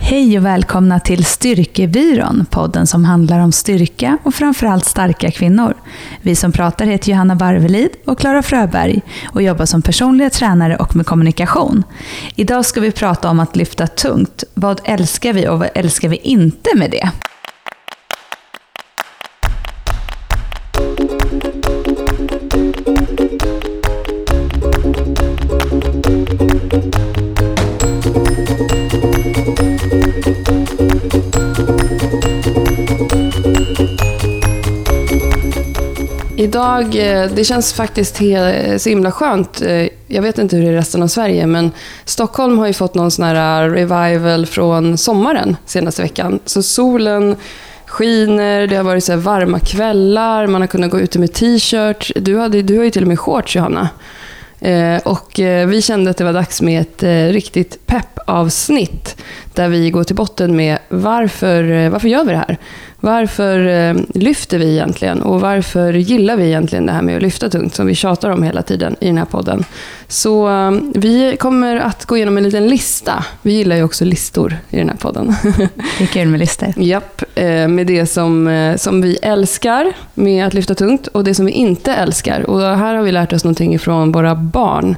Hej och välkomna till Styrkebyrån, podden som handlar om styrka och framförallt starka kvinnor. Vi som pratar heter Johanna Barvelid och Klara Fröberg och jobbar som personliga tränare och med kommunikation. Idag ska vi prata om att lyfta tungt. Vad älskar vi och vad älskar vi inte med det? Idag, det känns faktiskt så himla skönt. Jag vet inte hur det är i resten av Sverige, men Stockholm har ju fått någon sån här revival från sommaren senaste veckan. Så solen skiner, det har varit så här varma kvällar, man har kunnat gå ute med t-shirt. Du har ju till och med shorts, Johanna. Och vi kände att det var dags med ett riktigt pepp-avsnitt där vi går till botten med varför gör vi det här? Varför lyfter vi egentligen? Och varför gillar vi egentligen det här med att lyfta tungt som vi tjatar om hela tiden i den här podden? Så vi kommer att gå igenom en liten lista. Vi gillar ju också listor i den här podden. Det är kul med listor. Japp, med det som vi älskar med att lyfta tungt och det som vi inte älskar. Och här har vi lärt oss någonting ifrån våra barn.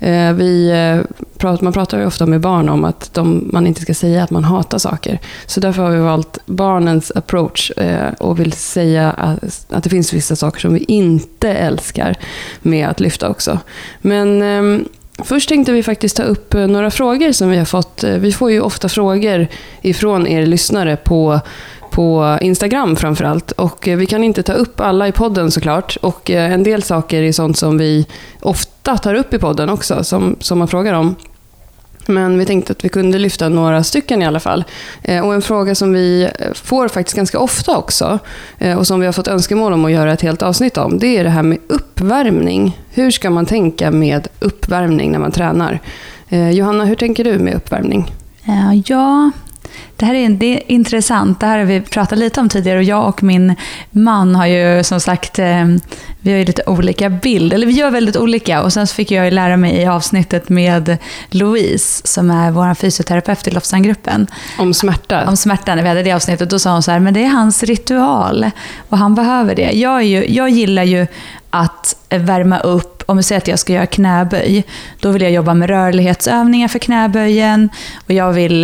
Man pratar ju ofta med barn om att man inte ska säga att man hatar saker. Så därför har vi valt barnens approach och vill säga att det finns vissa saker som vi inte älskar med att lyfta också. Men först tänkte vi faktiskt ta upp några frågor som vi har fått. Vi får ju ofta frågor ifrån er lyssnare på Instagram framförallt. Och vi kan inte ta upp alla i podden såklart. Och en del saker är sånt som vi ofta tar upp i podden också, som man frågar om. Men vi tänkte att vi kunde lyfta några stycken i alla fall. Och en fråga som vi får faktiskt ganska ofta också, och som vi har fått önskemål om att göra ett helt avsnitt om, det är det här med uppvärmning. Hur ska man tänka med uppvärmning när man tränar? Johanna, hur tänker du med uppvärmning? Ja, det är intressant. Det här har vi pratat lite om tidigare och jag och min man har ju som sagt, vi har ju lite olika bild, eller vi gör väldigt olika, och sen så fick jag ju lära mig i avsnittet med Louise som är vår fysioterapeut i Lofsangruppen. Om smärta. Om smärta, när vi hade det avsnittet, då sa hon så här, men det är hans ritual och han behöver det. Jag gillar ju att värma upp. Om vi säger att jag ska göra knäböj, då vill jag jobba med rörlighetsövningar för knäböjen, och jag vill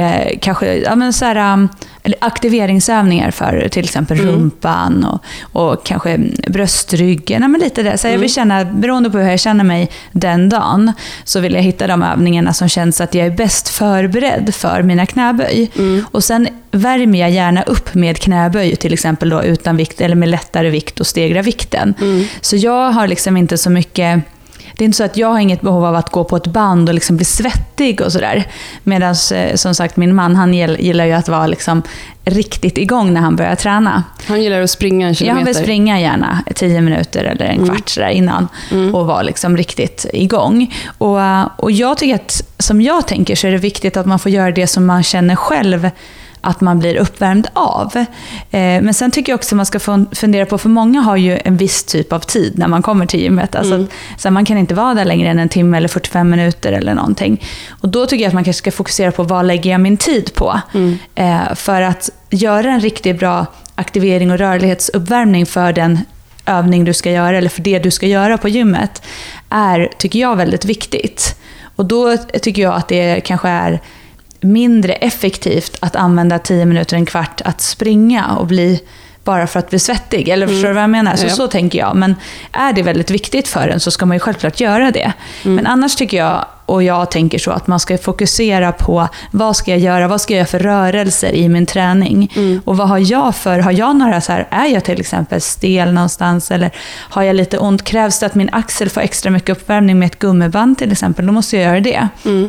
eller aktiveringsövningar för till exempel rumpan och kanske bröstryggen, men lite det. Så jag vill känna, beroende på hur jag känner mig den dagen, så vill jag hitta de övningarna som känns att jag är bäst förberedd för mina knäböj. Och sen värmer jag gärna upp med knäböj, till exempel då utan vikt eller med lättare vikt och stegra vikten. Så jag har liksom inte så mycket. Det är inte så att jag har inget behov av att gå på ett band och liksom bli svettig och sådär. Medan som sagt min man, han gillar ju att vara liksom riktigt igång när han börjar träna. Han gillar att springa en kilometer. Jag vill springa gärna 10 minuter eller en kvart sådär innan och vara liksom riktigt igång. Och jag tycker att, som jag tänker, så är det viktigt att man får göra det som man känner själv att man blir uppvärmd av. Men sen tycker jag också att man ska fundera på, för många har ju en viss typ av tid när man kommer till gymmet. Alltså, så man kan inte vara där längre än en timme eller 45 minuter eller någonting. Och då tycker jag att man kanske ska fokusera på vad lägger jag min tid på. För att göra en riktigt bra aktivering och rörlighetsuppvärmning för den övning du ska göra eller för det du ska göra på gymmet är, tycker jag, väldigt viktigt. Och då tycker jag att det kanske är mindre effektivt att använda 10 minuter, en kvart att springa och bli bara för att bli svettig. Eller förstår du vad jag menar? Så tänker jag. Men är det väldigt viktigt för en, så ska man ju självklart göra det. Men annars tycker jag, och jag tänker så, att man ska fokusera på vad ska jag göra för rörelser i min träning. Och vad har jag några så här, är jag till exempel stel någonstans, eller har jag lite ont, krävs det att min axel får extra mycket uppvärmning med ett gummiband till exempel, då måste jag göra det.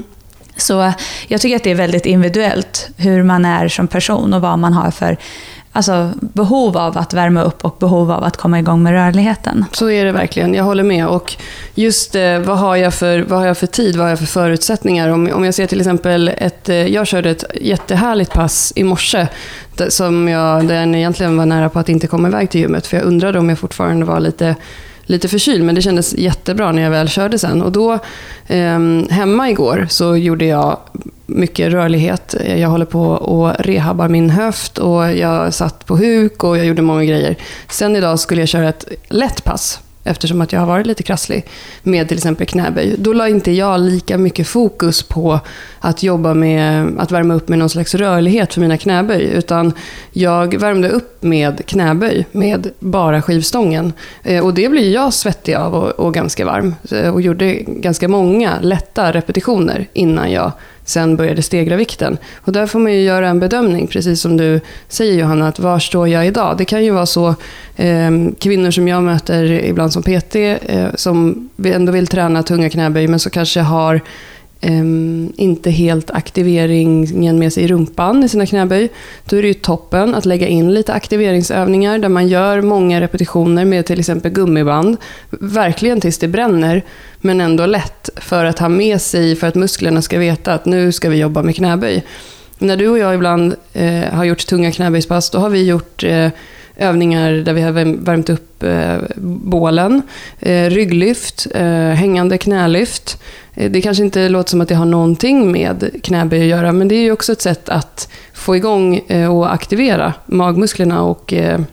Så jag tycker att det är väldigt individuellt hur man är som person och vad man har för behov av att värma upp och behov av att komma igång med rörligheten. Så är det verkligen, jag håller med. Och just vad har jag för tid, vad har jag för förutsättningar? Om jag ser till exempel jag körde ett jättehärligt pass i morse där jag egentligen var nära på att inte komma iväg till gymmet, för jag undrade om jag fortfarande var lite lite förkyld, men det kändes jättebra när jag väl körde sen. Och då, hemma igår, så gjorde jag mycket rörlighet. Jag håller på och rehabbar min höft och jag satt på huk och jag gjorde många grejer. Sen idag skulle jag köra ett lätt pass, eftersom att jag har varit lite krasslig med till exempel knäböj. Då la inte jag lika mycket fokus på att jobba med att värma upp med någon slags rörlighet för mina knäböj, utan jag värmde upp med knäböj med bara skivstången. Och det blir jag svettig av och ganska varm. Och gjorde ganska många lätta repetitioner innan jag sen började stegra vikten. Och där får man ju göra en bedömning, precis som du säger Johanna, att var står jag idag? Det kan ju vara så, kvinnor som jag möter ibland som PT, som ändå vill träna tunga knäböj, men så kanske har inte helt aktiveringen med sig i rumpan i sina knäböj. Då är det ju toppen att lägga in lite aktiveringsövningar där man gör många repetitioner med till exempel gummiband, verkligen tills det bränner, men ändå lätt för att ha med sig, för att musklerna ska veta att nu ska vi jobba med knäböj. När du och jag ibland har gjort tunga knäböjspass, då har vi gjort övningar där vi har värmt upp bålen, rygglyft, hängande knälyft. Det kanske inte låter som att det har någonting med knäböj att göra, men det är ju också ett sätt att få igång och aktivera magmusklerna och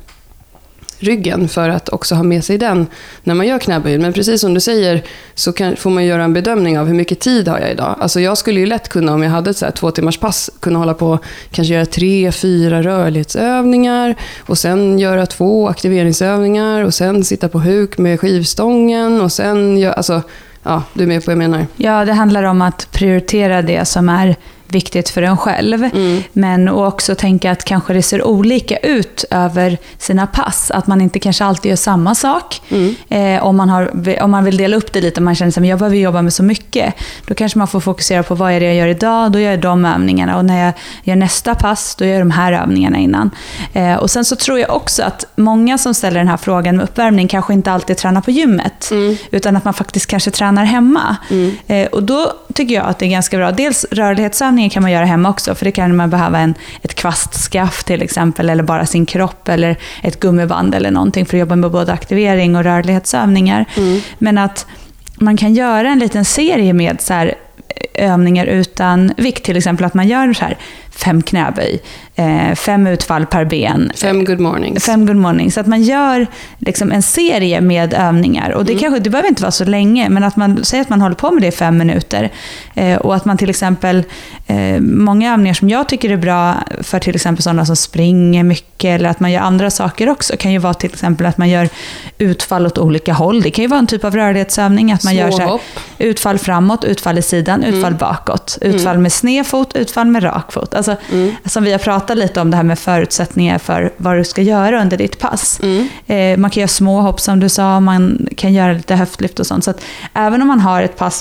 ryggen, för att också ha med sig den när man gör knäböj. Men precis som du säger så får man göra en bedömning av hur mycket tid har jag idag. Alltså jag skulle ju lätt kunna, om jag hade ett så här 2 timmars pass, kunna hålla på kanske göra 3-4 rörlighetsövningar och sen göra 2 aktiveringsövningar och sen sitta på huk med skivstången och sen göra, alltså ja, du är med på vad jag menar. Ja, det handlar om att prioritera det som är viktigt för en själv. Men också tänka att kanske det ser olika ut över sina pass. Att man inte kanske alltid gör samma sak. Om man vill dela upp det lite, man känner att jag behöver jobba med så mycket. Då kanske man får fokusera på vad är det jag gör idag. Då gör jag de övningarna. Och när jag gör nästa pass, då gör jag de här övningarna innan. Och sen så tror jag också att många som ställer den här frågan med uppvärmning kanske inte alltid tränar på gymmet. Utan att man faktiskt kanske tränar hemma. Och då tycker jag att det är ganska bra. Dels rörlighetsövningar kan man göra hemma också, för det kan man behöva ett kvastskaft till exempel, eller bara sin kropp, eller ett gummiband eller någonting för att jobba med både aktivering och rörlighetsövningar. Men att man kan göra en liten serie med så här övningar utan vikt, till exempel att man gör så här 5 knäböj, 5 utfall per ben, 5 good mornings. 5 good mornings. Så att man gör liksom en serie med övningar. Och det behöver inte vara så länge, men att man säger att man håller på med det i 5 minuter. Och att man till exempel, många övningar som jag tycker är bra för till exempel sådana som springer mycket, eller att man gör andra saker också, kan ju vara till exempel att man gör utfall åt olika håll. Det kan ju vara en typ av rörlighetsövning, att man gör så här, utfall framåt, utfall i sidan, utfall bakåt, utfall med snedfot, utfall med rakfot. Alltså, som vi har pratat lite om det här med förutsättningar för vad du ska göra under ditt pass. Man kan göra små hopp som du sa, man kan göra lite höftlyft och sånt. Så att även om man har ett pass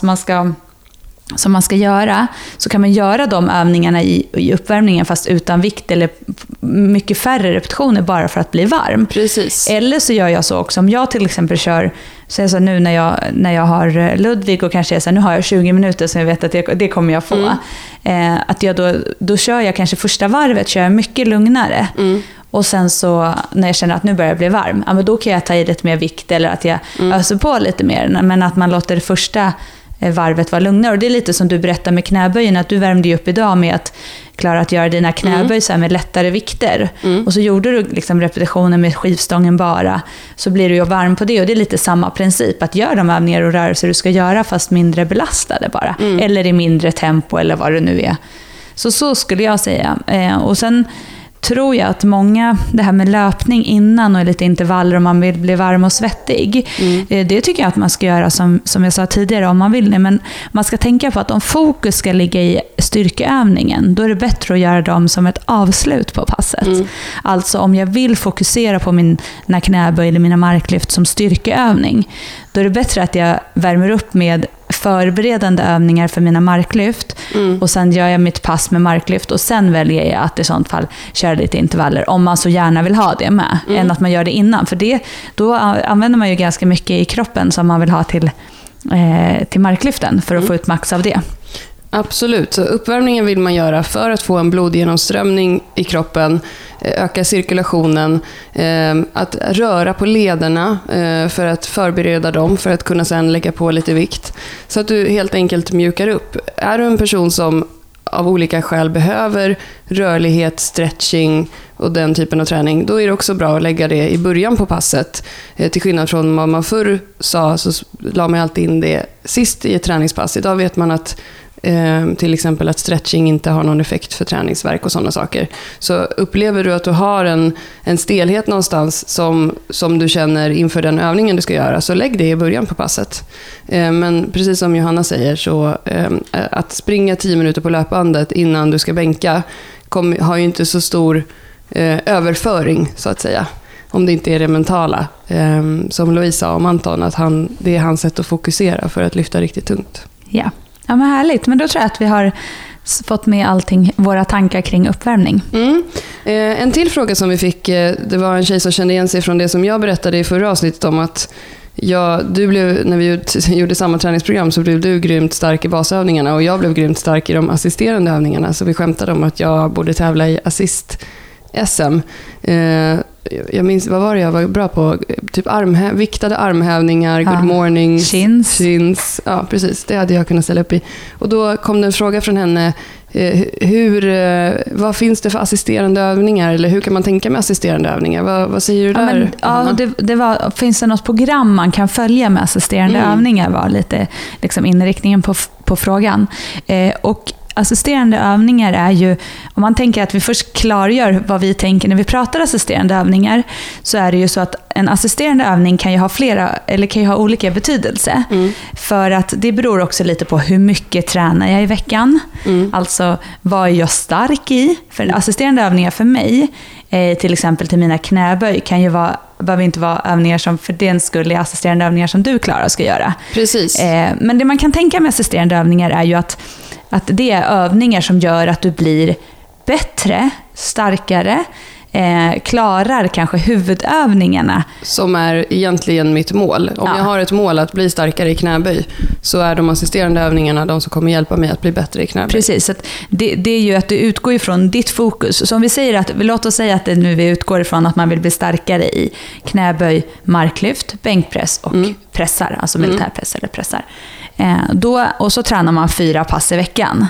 som man ska göra, så kan man göra de övningarna i uppvärmningen fast utan vikt eller mycket färre repetitioner bara för att bli varm. Precis. Eller så gör jag så också, om jag till exempel kör, så så nu när jag har Ludvig och kanske nu har jag 20 minuter så jag vet att det kommer jag få. Att jag då kör jag kanske första varvet kör jag mycket lugnare. Och sen så när jag känner att nu börjar jag bli varm, ja, men då kan jag ta i lite mer vikt eller att jag öser på lite mer. Men att man låter det första varvet vara lugnare. Och det är lite som du berättar med knäböjen, att du värmde ju upp idag med att klara att göra dina knäböj så här med lättare vikter. Och så gjorde du liksom repetitioner med skivstången bara, så blir du ju varm på det. Och det är lite samma princip, att göra de övningar och rörelser du ska göra fast mindre belastade bara. Eller i mindre tempo eller vad det nu är. Så skulle jag säga. Och sen tror jag att många, det här med löpning innan och lite intervaller om man vill bli varm och svettig, det tycker jag att man ska göra som jag sa tidigare om man vill det, men man ska tänka på att om fokus ska ligga i styrkeövningen, då är det bättre att göra dem som ett avslut på passet. Alltså om jag vill fokusera på mina knäböj eller mina marklyft som styrkeövning, då är det bättre att jag värmer upp med förberedande övningar för mina marklyft och sen gör jag mitt pass med marklyft och sen väljer jag att i sånt fall köra lite intervaller om man så gärna vill ha det med, än att man gör det innan, för då använder man ju ganska mycket i kroppen som man vill ha till marklyften för att få ut max av det. Absolut. Så uppvärmningen vill man göra för att få en blodgenomströmning i kroppen, öka cirkulationen, att röra på lederna för att förbereda dem för att kunna sedan lägga på lite vikt. Så att du helt enkelt mjukar upp. Är du en person som av olika skäl behöver rörlighet, stretching och den typen av träning, då är det också bra att lägga det i början på passet. Till skillnad från vad man förr sa, så la man alltid in det sist i ett träningspass. Idag vet man att till exempel att stretching inte har någon effekt för träningsvärk och sådana saker. Så upplever du att du har en stelhet någonstans som du känner inför den övningen du ska göra, så lägg det i början på passet. Men precis som Johanna säger, så att springa 10 minuter på löpbandet innan du ska bänka har ju inte så stor överföring, så att säga. Om det inte är det mentala. Som Louise sa om Anton, att det är hans sätt att fokusera för att lyfta riktigt tungt. Ja. Ja, men härligt. Men då tror jag att vi har fått med allting, våra tankar kring uppvärmning. En till fråga som vi fick, det var en tjej som kände igen sig från det som jag berättade i förra avsnittet om att när vi gjorde samma träningsprogram så blev du grymt stark i basövningarna och jag blev grymt stark i de assisterande övningarna. Så vi skämtade om att jag borde tävla i assist-SM. Jag minns, vad var det jag var bra på? Typ viktade armhävningar, good morning, chins. Ja, precis. Det hade jag kunnat ställa upp i. Och då kom det en fråga från henne. Vad finns det för assisterande övningar? Eller hur kan man tänka med assisterande övningar? Vad säger du där? Finns det något program man kan följa med assisterande övningar? Var lite liksom inriktningen på frågan. Och assisterande övningar är ju, om man tänker att vi först klargör vad vi tänker när vi pratar assisterande övningar, så är det ju så att en assisterande övning kan ju ha olika betydelse. För att det beror också lite på hur mycket tränar jag i veckan. Alltså, vad är jag stark i? För assisterande övningar för mig, till exempel till mina knäböj, behöver inte vara övningar som för den skull är assisterande övningar som du, Klara, ska göra. Precis. Men det man kan tänka med assisterande övningar är ju att det är övningar som gör att du blir bättre, starkare, klarar kanske huvudövningarna. Som är egentligen mitt mål. Om jag har ett mål att bli starkare i knäböj, så är de assisterande övningarna de som kommer hjälpa mig att bli bättre i knäböj. Precis, så det är ju att du utgår ifrån ditt fokus. Så om vi säger att, låt oss säga att nu vi utgår ifrån att man vill bli starkare i knäböj, marklyft, bänkpress och pressar, alltså militärpress eller pressar. Och så tränar man 4 pass i veckan.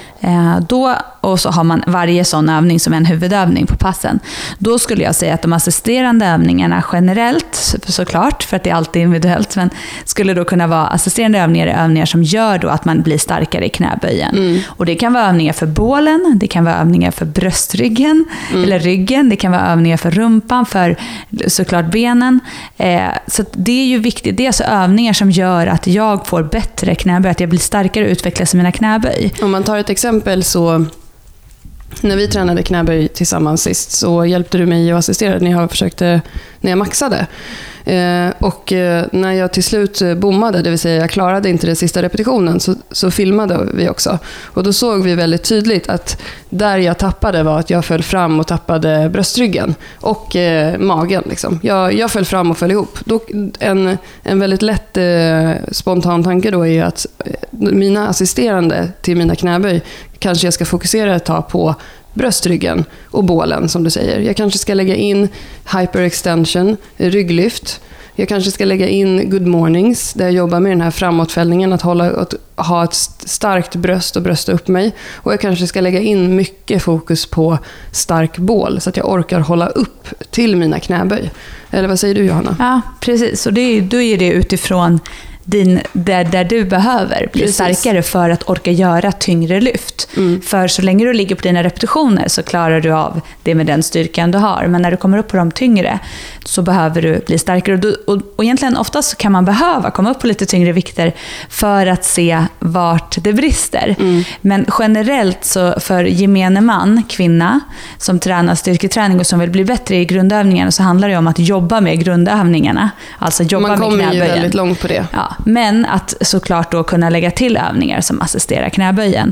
Och så har man varje sån övning som en huvudövning på passen. Då skulle jag säga att de assisterande övningarna generellt, såklart, för att det är alltid individuellt, men skulle då kunna vara assisterande övningar som gör då att man blir starkare i knäböjen. Och det kan vara övningar för bålen, det kan vara övningar för bröstryggen eller ryggen, det kan vara övningar för rumpan, för såklart benen. Så det är ju viktigt. Det är alltså övningar som gör att jag får bättre knäböj, att jag blir starkare och utvecklas i mina knäböj. Om man tar ett exempel, så när vi tränade knäböj tillsammans sist, så hjälpte du mig och assisterade när jag maxade. Och när jag till slut bommade, det vill säga jag klarade inte den sista repetitionen, så filmade vi också. Och då såg vi väldigt tydligt att där jag tappade var att jag föll fram och tappade bröstryggen och magen. Liksom. Jag föll fram och föll ihop. Då, en väldigt lätt spontan tanke då är att mina assisterande till mina knäböj kanske jag ska fokusera ett tag på bröstryggen och bålen, som du säger. Jag kanske ska lägga in hyperextension, rygglyft. Jag kanske ska lägga in good mornings, där jag jobbar med den här framåtfällningen, att ha ett starkt bröst och brösta upp mig. Och jag kanske ska lägga in mycket fokus på stark bål, så att jag orkar hålla upp till mina knäböj. Eller vad säger du, Johanna? Ja, precis. Och då är det utifrån där du behöver bli starkare för att orka göra tyngre lyft. För så länge du ligger på dina repetitioner så klarar du av det med den styrkan du har. Men när du kommer upp på de tyngre så behöver du bli starkare. Och egentligen oftast kan man behöva komma upp på lite tyngre vikter för att se vart det brister. Men generellt så för gemene man, kvinna, som tränar styrketräning och som vill bli bättre i grundövningarna, så handlar det om att jobba med grundövningarna. Alltså jobba med knäböjen. Man kommer ju väldigt långt på det. Ja. men att såklart då kunna lägga till övningar som assisterar knäböjen.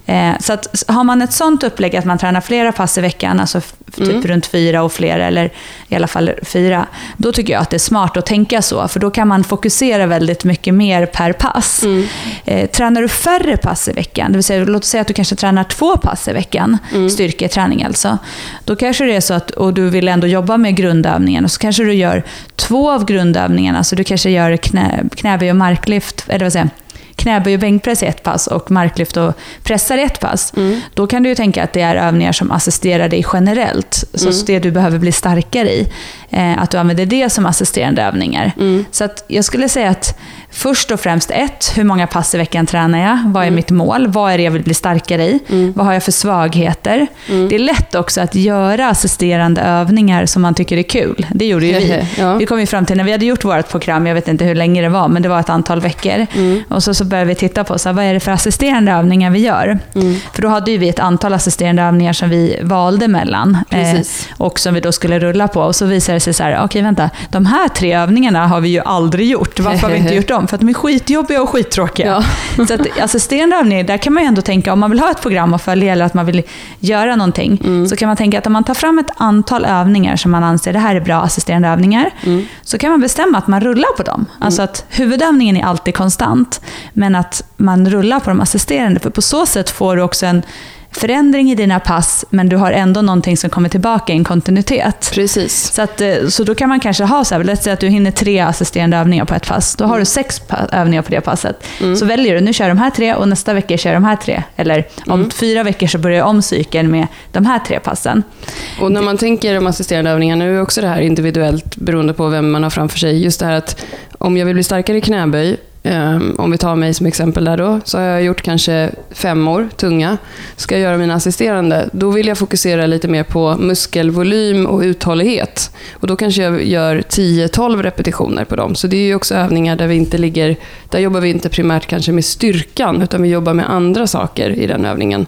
Så att har man ett sånt upplägg att man tränar flera pass i veckan, alltså typ runt 4 och fler, eller i alla fall 4, då tycker jag att det är smart att tänka så, för då kan man fokusera väldigt mycket mer per pass. Tränar du färre pass i veckan, det vill säga, låt oss säga att du kanske tränar 2 pass i veckan, styrketräning alltså, då kanske det är så att, och du vill ändå jobba med grundövningen, och så kanske du gör 2 av grundövningarna, så du kanske gör knäböj och marklyft, eller vad säger jag, knäböj och bänkpress i ett pass och marklyft och pressar i ett pass. Då kan du ju tänka att det är övningar som assisterar dig generellt. Så det du behöver bli starkare i. Att du använder det som assisterande övningar. Så att jag skulle säga att först och främst hur många pass i veckan tränar jag? Vad är mitt mål? Vad är det jag vill bli starkare i? Vad har jag för svagheter? Det är lätt också att göra assisterande övningar som man tycker är kul. Det gjorde ju vi. Vi kom ju fram till, när vi hade gjort vårt program, jag vet inte hur länge det var, men det var ett antal veckor. Och så började vi titta på, vad är det för assisterande övningar vi gör? För då hade ju vi ett antal assisterande övningar som vi valde mellan. Och som vi då skulle rulla på. Och så visade det sig så här, okej, vänta, de här 3 övningarna har vi ju aldrig gjort. Varför har vi inte gjort dem? För att de är skitjobbiga och skittråkiga. Så att assisterande övningar, där kan man ju ändå tänka, om man vill ha ett program att följa eller att man vill göra någonting, så kan man tänka att om man tar fram ett antal övningar som man anser det här är bra assisterande övningar, så kan man bestämma att man rullar på dem. Alltså att huvudövningen är alltid konstant, men att man rullar på de assisterande, för på så sätt får du också en förändring i dina pass, men du har ändå någonting som kommer tillbaka i en kontinuitet. Precis. Så då kan man kanske ha så här, låt säga att du hinner 3 assisterande övningar på ett pass. Då har du 6 övningar på det passet. Så väljer du, nu kör de här 3 och nästa vecka kör de här 3. Eller om 4 veckor så börjar jag om cykeln med de här 3 passen. Och när man tänker om assisterande övningar, nu är också det här individuellt beroende på vem man har framför sig. Just det här att om jag vill bli starkare i knäböj, om vi tar mig som exempel där då, så har jag gjort kanske 5 år tunga. Ska jag göra mina assisterande, då vill jag fokusera lite mer på muskelvolym och uthållighet. Och då kanske jag gör 10-12 repetitioner på dem. Så det är ju också övningar där vi inte ligger, där jobbar vi inte primärt kanske med styrkan, utan vi jobbar med andra saker i den övningen.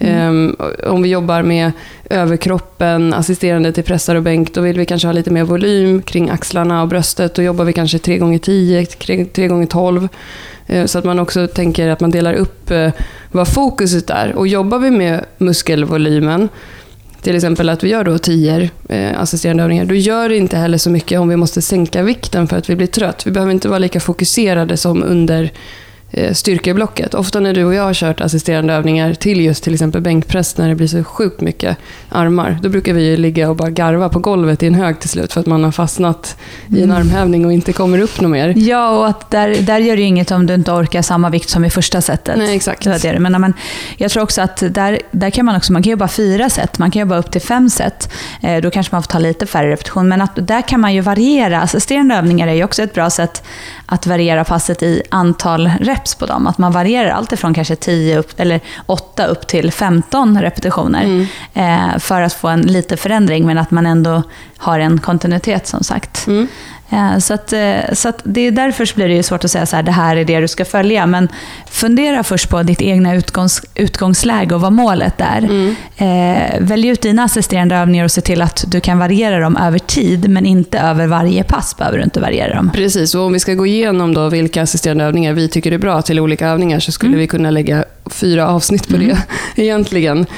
Om vi jobbar med överkroppen, assisterande till pressar och bänk, då vill vi kanske ha lite mer volym kring axlarna och bröstet. Då jobbar vi kanske 3x10, 3x12. Så att man också tänker att man delar upp vad fokuset är. Och jobbar vi med muskelvolymen, till exempel att vi gör då 10 assisterande övningar, då gör det inte heller så mycket om vi måste sänka vikten för att vi blir trött. Vi behöver inte vara lika fokuserade som under styrkeblocket. Ofta när du och jag har kört assisterande övningar till just till exempel bänkpress, när det blir så sjukt mycket armar, då brukar vi ligga och bara garva på golvet i en hög till slut för att man har fastnat i en armhävning och inte kommer upp något mer. Ja, och att där gör det inget om du inte orkar samma vikt som i första sättet. Nej, exakt. Det. Men jag tror också att där kan man också, man kan jobba 4 set, man kan jobba upp till 5 set. Då kanske man får ta lite färre repetition, men att där kan man ju variera. Assisterande övningar är ju också ett bra sätt att variera passet i antal reps på dem. Att man varierar allt ifrån kanske 10 upp, eller 8 upp till 15 repetitioner för att få en lite förändring, men att man ändå har en kontinuitet som sagt. Så att det är därför blir det ju svårt att säga så här, det här är det du ska följa, men fundera först på ditt egna utgångsläge och vad målet är. Välj ut dina assisterande övningar och se till att du kan variera dem över tid, men inte över varje pass behöver du inte variera dem. Precis, och om vi ska gå igenom då vilka assisterande övningar vi tycker är bra till olika övningar, så skulle vi kunna lägga 4 avsnitt på det egentligen.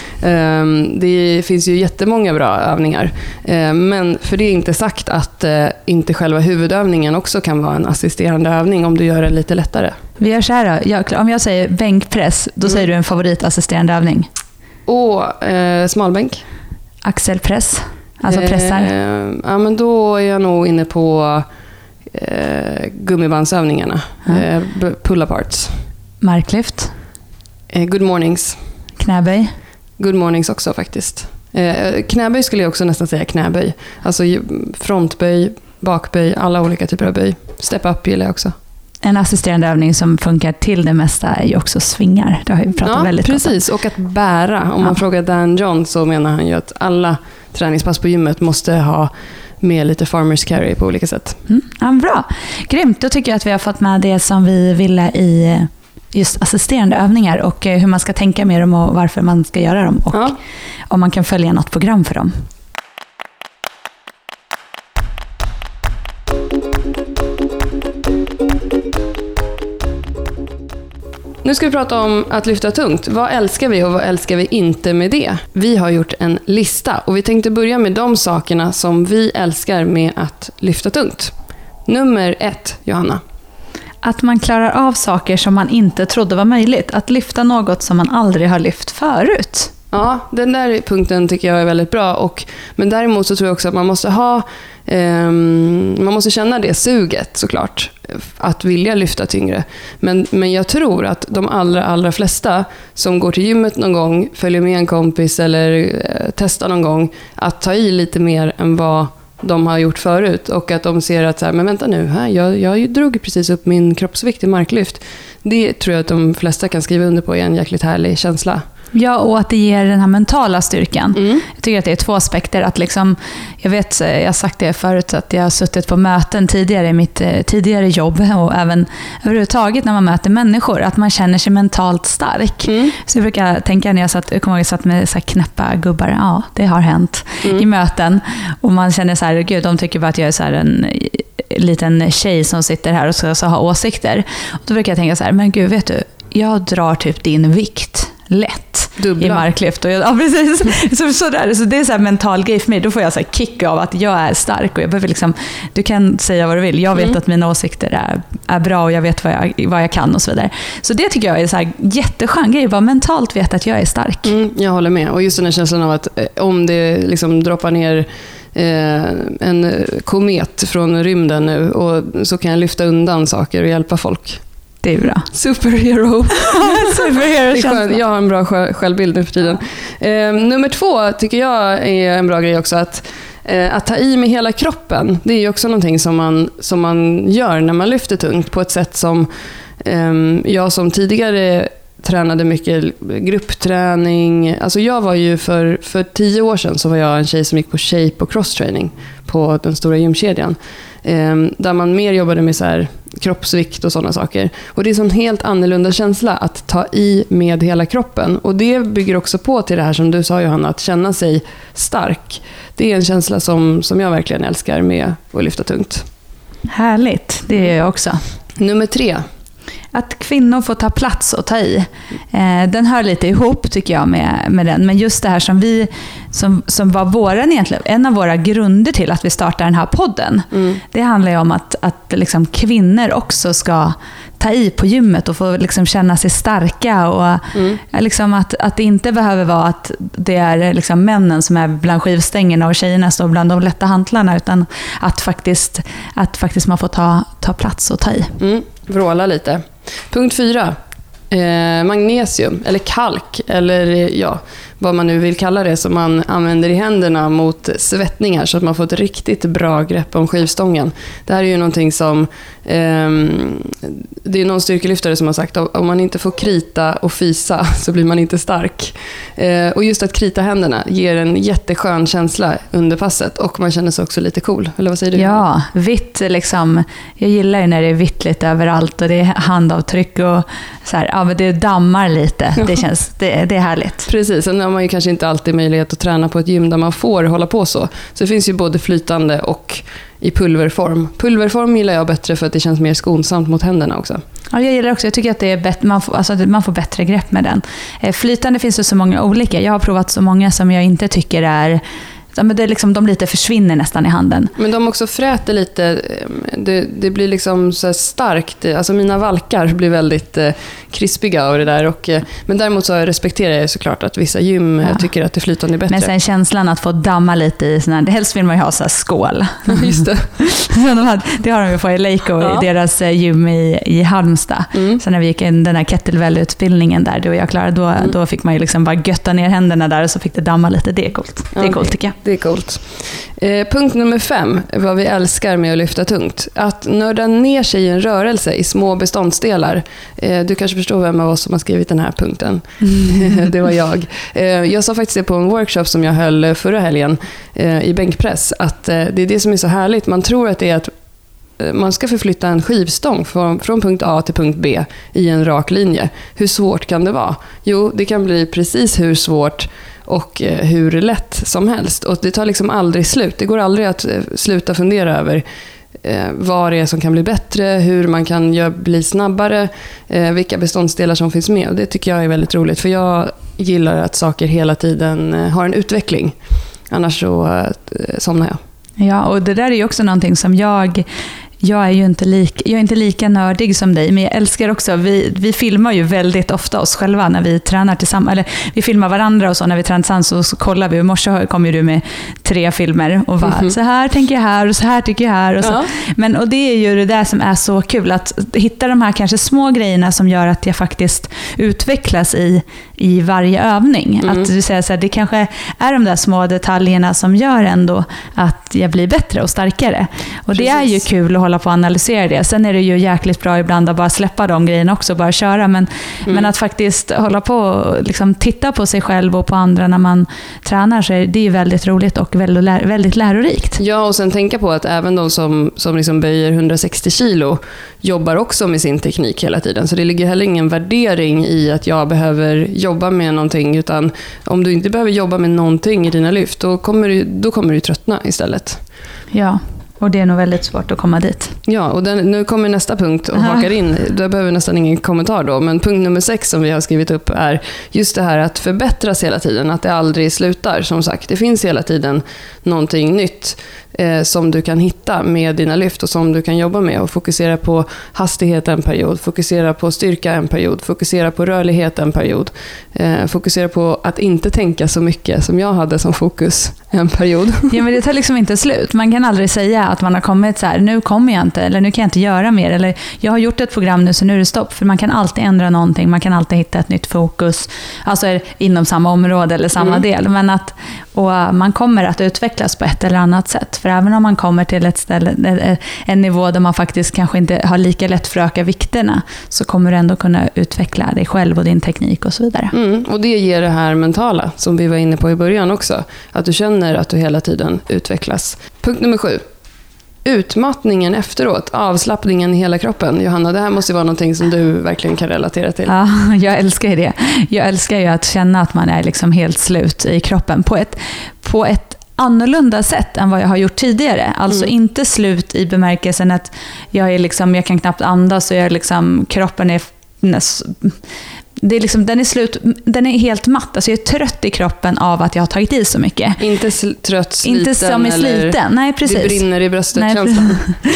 Det finns ju jättemånga bra övningar, men för det är inte sagt att inte själva huvudövningen också kan vara en assisterande övning om du gör det lite lättare. Vi gör så här då. Om jag säger bänkpress, då säger du en favoritassisterande övning. Smalbänk. Axelpress, alltså pressar. Ja, men då är jag nog inne på gummibandsövningarna. Pull-aparts. Marklyft. Good mornings. Knäböj. Good mornings också faktiskt. Knäböj skulle jag också nästan säga knäböj. Alltså frontböj, bakböj, alla olika typer av böj. Step up gillar jag också. En assisterande övning som funkar till det mesta är ju också svingar. Det har vi pratat väldigt precis. Om. Precis, och att bära. Om man frågar Dan John så menar han ju att alla träningspass på gymmet måste ha med lite farmers carry på olika sätt. Ja, bra. Grymt, då tycker jag att vi har fått med det som vi ville i just assisterande övningar och hur man ska tänka med dem och varför man ska göra dem och om man kan följa något program för dem. Nu ska vi prata om att lyfta tungt. Vad älskar vi och vad älskar vi inte med det? Vi har gjort en lista och vi tänkte börja med de sakerna som vi älskar med att lyfta tungt. Nummer 1, Johanna. Att man klarar av saker som man inte trodde var möjligt. Att lyfta något som man aldrig har lyft förut. Ja, den där punkten tycker jag är väldigt bra. Men däremot så tror jag också att man måste man måste känna det suget såklart. Att vilja lyfta tyngre. Men jag tror att de allra flesta som går till gymmet någon gång, följer med en kompis eller testar någon gång, att ta i lite mer än vad de har gjort förut. Och att de ser att så här, men vänta nu, jag drog precis upp min kroppsvikt i marklyft. Det tror jag att de flesta kan skriva under på är en jäkligt härlig känsla. Ja, och att det ger den här mentala styrkan. Jag tycker att det är 2 aspekter. Att liksom, jag har sagt det förut, att jag har suttit på möten tidigare i mitt tidigare jobb och även överhuvudtaget när man möter människor, att man känner sig mentalt stark. Så jag brukar tänka när jag kommer ihåg satt med så här knäppa gubbar, ja, det har hänt i möten. Och man känner så här, gud, de tycker bara att jag är så här en liten tjej som sitter här och så har åsikter. Och då brukar jag tänka så här, men gud, vet du, jag drar typ din vikt lätt dubbla i marklyft. Och precis. Så det är så här mental grej för mig. Då får jag så här kick av att jag är stark och jag behöver liksom, du kan säga vad du vill. Jag vet att mina åsikter är bra och jag vet vad jag kan och så vidare. Så det tycker jag är så här jätteskön grej. Bara mentalt veta att jag är stark. Jag håller med. Och just den här känslan av att om det liksom droppar ner en komet från rymden nu och så kan jag lyfta undan saker och hjälpa folk. Det är bra. Superhero. Superhero. Jag har en bra självbild nu för tiden. Nummer 2 tycker jag är en bra grej också. Att ta i med hela kroppen. Det är ju också någonting som man gör när man lyfter tungt. På ett sätt som jag som tidigare tränade mycket gruppträning. Alltså jag var ju för 10 år sedan så var jag en tjej som gick på shape och crosstraining på den stora gymkedjan. Där man mer jobbade med så här kroppsvikt och sådana saker. Och det är en helt annorlunda känsla att ta i med hela kroppen. Och det bygger också på till det här som du sa, Johanna, att känna sig stark. Det är en känsla som jag verkligen älskar med att lyfta tungt. Härligt, det är jag också. Nummer 3. Att kvinnor får ta plats och ta i. Den hör lite ihop tycker jag med den. Men just det här som var en av våra grunder till att vi startar den här podden. Det handlar ju om att liksom kvinnor också ska ta i på gymmet och få liksom känna sig starka. Och liksom att det inte behöver vara att det är liksom männen som är bland skivstängerna och tjejerna står bland de lätta hantlarna. Utan att faktiskt man får ta plats och ta i. Vråla lite. Punkt 4. Magnesium eller kalk eller vad man nu vill kalla det, som man använder i händerna mot svettningar så att man får ett riktigt bra grepp om skivstången. Det här är ju någonting som det är någon styrkelyftare som har sagt att om man inte får krita och fisa så blir man inte stark. Och just att krita händerna ger en jätteskön känsla under passet och man känner sig också lite cool. Eller vad säger du? Ja, vitt liksom. Jag gillar ju när det är vitt lite överallt och det är handavtryck och så här, ja, men det dammar lite. Det är härligt. Precis, sen har man ju kanske inte alltid möjlighet att träna på ett gym där man får hålla på så. Så det finns ju både flytande och i pulverform. Pulverform gillar jag bättre för att det känns mer skonsamt mot händerna också. Ja, jag gillar också. Jag tycker att det är bättre, man får bättre grepp med den. Flytande finns det så många olika. Jag har provat så många som jag inte tycker är... Men det är liksom, de lite försvinner nästan i handen. Men de också fräter lite. Det blir liksom så starkt. Alltså mina valkar blir väldigt krispiga av det där. Men däremot så respekterar jag såklart att vissa gym tycker att det flytande är bättre. Men sen känslan att få damma lite i sån här, helst vill man ju ha så här skål. Just det. Det har de ju på Eleiko i deras gym i Halmstad. Så när vi gick in den här kettlebell-utbildningen där, då jag klarade, då fick man ju liksom bara götta ner händerna där och så fick det damma lite. Det är coolt. Det är coolt tycker jag. Det är coolt. Punkt nummer 5, vad vi älskar med att lyfta tungt. Att nörda ner sig i en rörelse i små beståndsdelar. Du kanske förstår vem av oss som har skrivit den här punkten. Det var jag. Jag sa faktiskt det på en workshop som jag höll förra helgen i bänkpress. Att det är det som är så härligt. Man tror att det är att man ska förflytta en skivstång från punkt A till punkt B i en rak linje. Hur svårt kan det vara? Jo, det kan bli precis hur svårt och hur lätt som helst. Och det tar liksom aldrig slut. Det går aldrig att sluta fundera över vad det är som kan bli bättre, hur man kan bli snabbare, vilka beståndsdelar som finns med. Och det tycker jag är väldigt roligt, för jag gillar att saker hela tiden har en utveckling. Annars så somnar jag. Ja, och det där är ju också någonting som jag är ju inte lika nördig som dig, men jag älskar också, vi filmar ju väldigt ofta oss själva när vi tränar tillsammans, eller vi filmar varandra och så när vi tränar tillsammans, så kollar vi. I morse kom ju du med 3 filmer och bara, så här tänker jag här och så här tycker jag här. Och, så. Och det är ju det där som är så kul, att hitta de här kanske små grejerna som gör att jag faktiskt utvecklas i varje övning. Att du säger så här, det kanske är de där små detaljerna som gör ändå att jag blir bättre och starkare. Och precis. Det är ju kul att hålla på och analysera det. Sen är det ju jäkligt bra ibland att bara släppa de grejerna också och bara köra. Men att faktiskt hålla på och liksom titta på sig själv och på andra när man tränar, så är det ju väldigt roligt och väldigt lärorikt. Ja, och sen tänka på att även de som liksom böjer 160 kilo jobbar också med sin teknik hela tiden. Så det ligger heller ingen värdering i att jag behöver jobba med någonting, utan om du inte behöver jobba med någonting i dina lyft, då kommer du tröttna istället. Ja. Och det är nog väldigt svårt att komma dit. Ja, och nu kommer nästa punkt och hakar in. Där behöver nästan ingen kommentar då. Men punkt nummer 6 som vi har skrivit upp är just det här att förbättras hela tiden. Att det aldrig slutar. Som sagt, det finns hela tiden någonting nytt som du kan hitta med dina lyft och som du kan jobba med. Och fokusera på hastighet en period. Fokusera på styrka en period. Fokusera på rörlighet en period. Fokusera på att inte tänka så mycket som jag hade som fokus en period. Ja, men det tar liksom inte slut. Man kan aldrig säga att man har kommit så här, nu kommer jag inte, eller nu kan jag inte göra mer, eller jag har gjort ett program nu så nu är det stopp. För man kan alltid ändra någonting, man kan alltid hitta ett nytt fokus, alltså inom samma område eller samma del. Men och man kommer att utvecklas på ett eller annat sätt. För även om man kommer till ett ställe, en nivå där man faktiskt kanske inte har lika lätt för att öka vikterna, så kommer du ändå kunna utveckla dig själv och din teknik och så vidare. Och det ger det här mentala som vi var inne på i början också. Att du känner att du hela tiden utvecklas. Punkt nummer 7. Utmattningen efteråt, avslappningen i hela kroppen. Johanna, det här måste vara någonting som du verkligen kan relatera till. Ja, jag älskar det. Jag älskar ju att känna att man är liksom helt slut i kroppen på ett annorlunda sätt än vad jag har gjort tidigare. Alltså inte slut i bemärkelsen att jag kan knappt andas och kroppen är... Det är liksom, den är slut, den är helt matt. Alltså jag är trött i kroppen av att jag har tagit i så mycket. Inte trött, sliten. Inte som är sliten. Nej, precis. Det brinner i bröstet, känslan.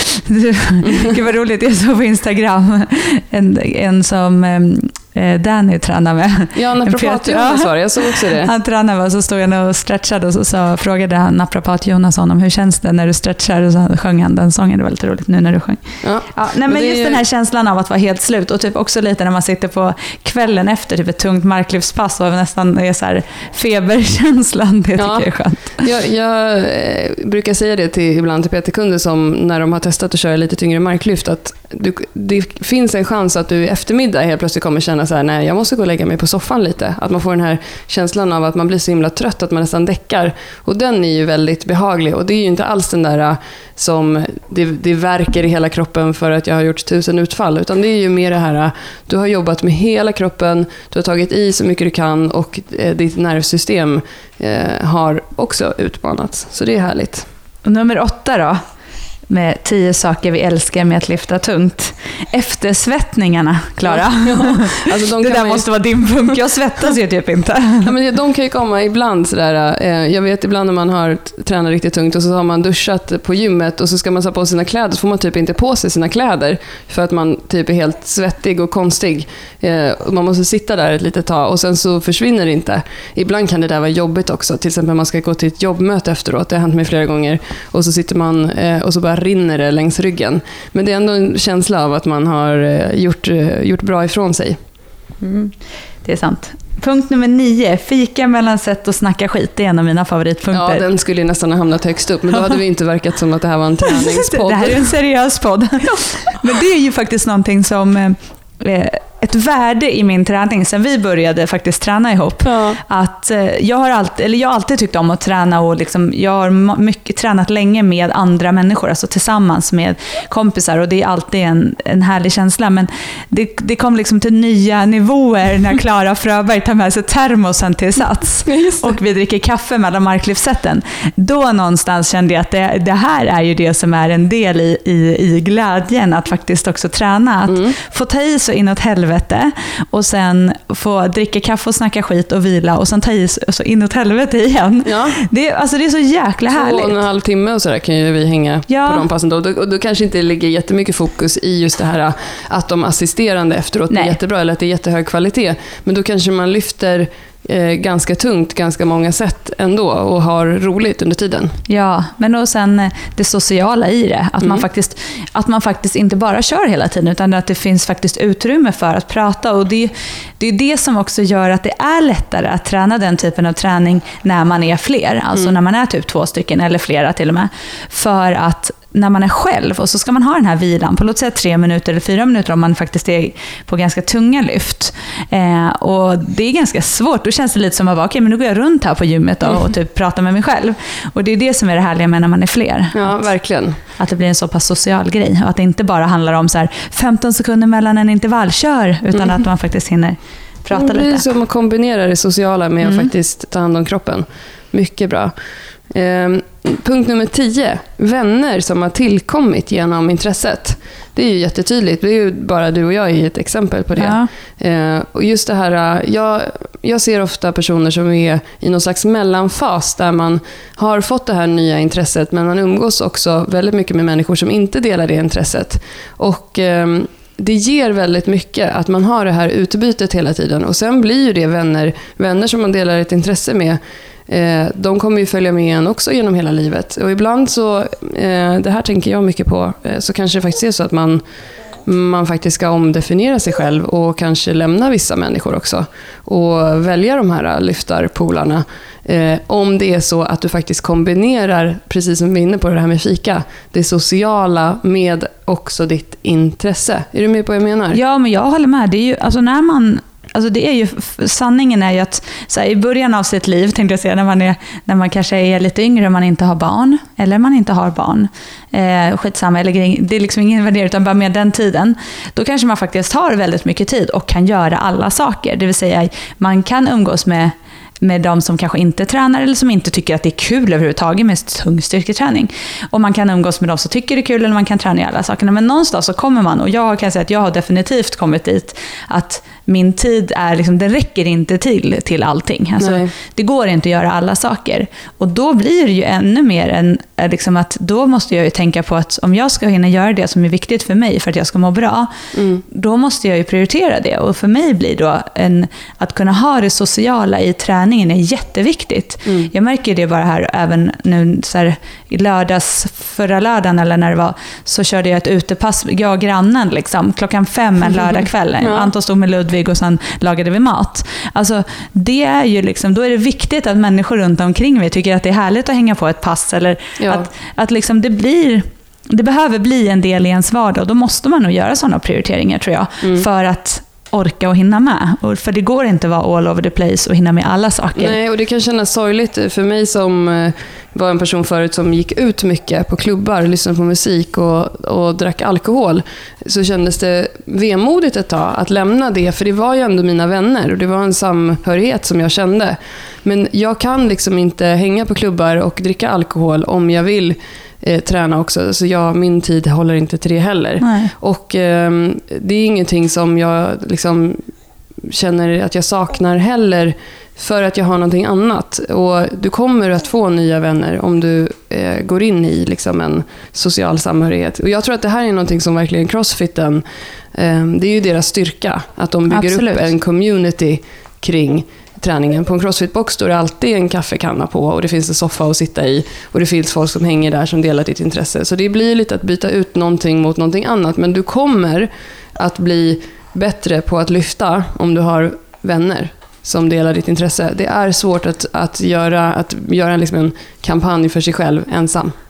Gud vad roligt, jag såg på Instagram en som Danny tränar med. Ja, naprapat-Jonas var det. Jag såg också det. Han tränar med och så stod han och stretchade och så frågade han naprapat-Jonas honom, hur känns det när du stretchar? Och så sjöng han den sången, det var lite roligt nu när du sjöng. Nej, men just den här känslan av att vara helt slut och typ också lite när man sitter på kvällen efter typ ett tungt marklyftspass och nästan är så här feberkänslan, det tycker jag är skönt. Jag brukar säga det ibland till PT-kunder som när de har testat att köra lite tyngre marklyft, att det finns en chans att du i eftermiddag helt plötsligt kommer känna så här, nej, jag måste gå och lägga mig på soffan lite. Att man får den här känslan av att man blir så himla trött att man nästan däckar. Och den är ju väldigt behaglig. Och det är ju inte alls den där som det verkar i hela kroppen för att jag har gjort 1000 utfall. Utan det är ju mer det här, du har jobbat med hela kroppen, du har tagit i så mycket du kan och ditt nervsystem har också utmanats. Så det är härligt. Och nummer 8 då? Med 10 saker vi älskar med att lyfta tungt. Eftersvettningarna, Klara. Ja, alltså det där måste vara din punkt. Jag svettas ju typ inte. Ja, men de kan ju komma ibland sådär. Jag vet ibland när man har tränat riktigt tungt och så har man duschat på gymmet och så ska man ta på sina kläder, så får man typ inte på sig sina kläder för att man typ är helt svettig och konstig. Man måste sitta där ett litet tag och sen så försvinner det inte. Ibland kan det där vara jobbigt också. Till exempel man ska gå till ett jobbmöte efteråt. Det har hänt mig flera gånger. Och så sitter man och så bara rinner det längs ryggen. Men det är ändå en känsla av att man har gjort bra ifrån sig. Det är sant. Punkt nummer 9. Fika mellan set och snacka skit. Det är en av mina favoritpunkter. Ja, den skulle nästan ha hamnat högst upp. Men då hade vi inte verkat som att det här var en träningspodd. Det här är en seriös podd. Men det är ju faktiskt någonting som ett värde i min träning sen vi började faktiskt träna ihop. Ja. Att jag har alltid tyckt om att träna och liksom, jag har tränat länge med andra människor, alltså tillsammans med kompisar, och det är alltid en härlig känsla. Men det kom liksom till nya nivåer när Klara Fröberg tar med sig termosen till Sats och vi dricker kaffe mellan marklivssätten. Då någonstans kände jag att det här är ju det som är en del i glädjen, att faktiskt också träna. Att få ta i så inåt helvete och sen få dricka kaffe och snacka skit och vila och sen ta i så inåt helvete igen. Ja. Det är så jäkla härligt. 2,5 timme och sådär kan ju vi hänga på de passen då. Och då kanske inte ligger jättemycket fokus i just det här att de assisterande efteråt är jättebra eller att det är jättehög kvalitet. Men då kanske man lyfter ganska tungt, ganska många sätt ändå och har roligt under tiden. Ja, men och sen det sociala i det. Att man faktiskt inte bara kör hela tiden utan att det finns faktiskt utrymme för att prata. Och det är det som också gör att det är lättare att träna den typen av träning när man är fler. Alltså när man är typ 2 stycken eller flera till och med. För att när man är själv och så ska man ha den här vilan på låt säga 3 minuter eller 4 minuter om man faktiskt är på ganska tunga lyft. Och det är ganska svårt. Då känns det lite som att vara, okej, men nu går jag runt här på gymmet och typ pratar med mig själv. Och det är det som är det härliga med när man är fler. Ja, verkligen. Att det blir en så pass social grej. Och att det inte bara handlar om så här 15 sekunder mellan en intervallkör utan att man faktiskt hinner prata lite. Det blir som att kombinera det sociala med att faktiskt ta hand om kroppen. Mycket bra. Punkt nummer 10. Vänner som har tillkommit genom intresset. Det är ju jättetydligt. Det är ju bara du och jag är ett exempel på det. Ja. Och just det här, jag ser ofta personer som är i någon slags mellanfas där man har fått det här nya intresset men man umgås också väldigt mycket med människor som inte delar det intresset. Och det ger väldigt mycket att man har det här utbytet hela tiden. Och sen blir ju det vänner som man delar ett intresse med. De kommer ju följa med en också genom hela livet. Och ibland så, det här tänker jag mycket på, så kanske det faktiskt är så att man faktiskt ska omdefiniera sig själv och kanske lämna vissa människor också. Och välja de här lyftarpolarna. Om det är så att du faktiskt kombinerar, precis som vi är inne på det här med fika, det sociala med också ditt intresse. Är du med på vad jag menar? Ja, men jag håller med. Det är ju, alltså det är ju, sanningen är ju att så här, i början av sitt liv, tänkte jag säga, när man kanske är lite yngre och man inte har barn, eller man inte har barn, skitsamma, eller det är liksom ingen värdering utan bara med den tiden, då kanske man faktiskt har väldigt mycket tid och kan göra alla saker. Det vill säga, man kan umgås med de som kanske inte tränar eller som inte tycker att det är kul överhuvudtaget med tung styrketräning. Och man kan umgås med de som tycker det är kul eller man kan träna i alla sakerna. Men någonstans så kommer man, och jag kan säga att jag har definitivt kommit dit att min tid är liksom, den räcker inte till allting. Alltså, det går inte att göra alla saker. Och då blir det ju ännu mer än liksom att då måste jag ju tänka på att om jag ska hinna göra det som är viktigt för mig för att jag ska må bra, då måste jag ju prioritera det. Och för mig blir då att kunna ha det sociala i träningen är jätteviktigt. Jag märker det bara här även nu så här, i förra lördagen eller när det var, så körde jag ett utepass, jag och grannen liksom, 5:00 en lördagkväll. Anton stod med Ludvig och sen lagade vi mat. Alltså det är ju liksom, då är det viktigt att människor runt omkring mig tycker att det är härligt att hänga på ett pass eller att liksom det behöver bli en del i ens vardag och då måste man nog göra sådana prioriteringar tror jag för att orka och hinna med. För det går inte att vara all over the place och hinna med alla saker. Nej, och det kan kännas sorgligt för mig som var en person förut som gick ut mycket på klubbar, lyssnade på musik och drack alkohol. Så kändes det vemodigt ett tag att lämna det, för det var ju ändå mina vänner och det var en samhörighet som jag kände. Men jag kan liksom inte hänga på klubbar och dricka alkohol om jag vill träna också. Så min tid håller inte till det heller. Nej. Och det är ingenting som jag liksom känner att jag saknar heller för att jag har någonting annat. Och du kommer att få nya vänner om du går in i liksom en social samhörighet. Och jag tror att det här är någonting som verkligen CrossFiten, det är ju deras styrka. Att de bygger upp en community kring träningen. På en CrossFit-box står det alltid en kaffekanna på och det finns en soffa att sitta i och det finns folk som hänger där som delar ditt intresse. Så det blir lite att byta ut någonting mot någonting annat, men du kommer att bli bättre på att lyfta om du har vänner som delar ditt intresse. Det är svårt att göra liksom en kampanj för sig själv ensam.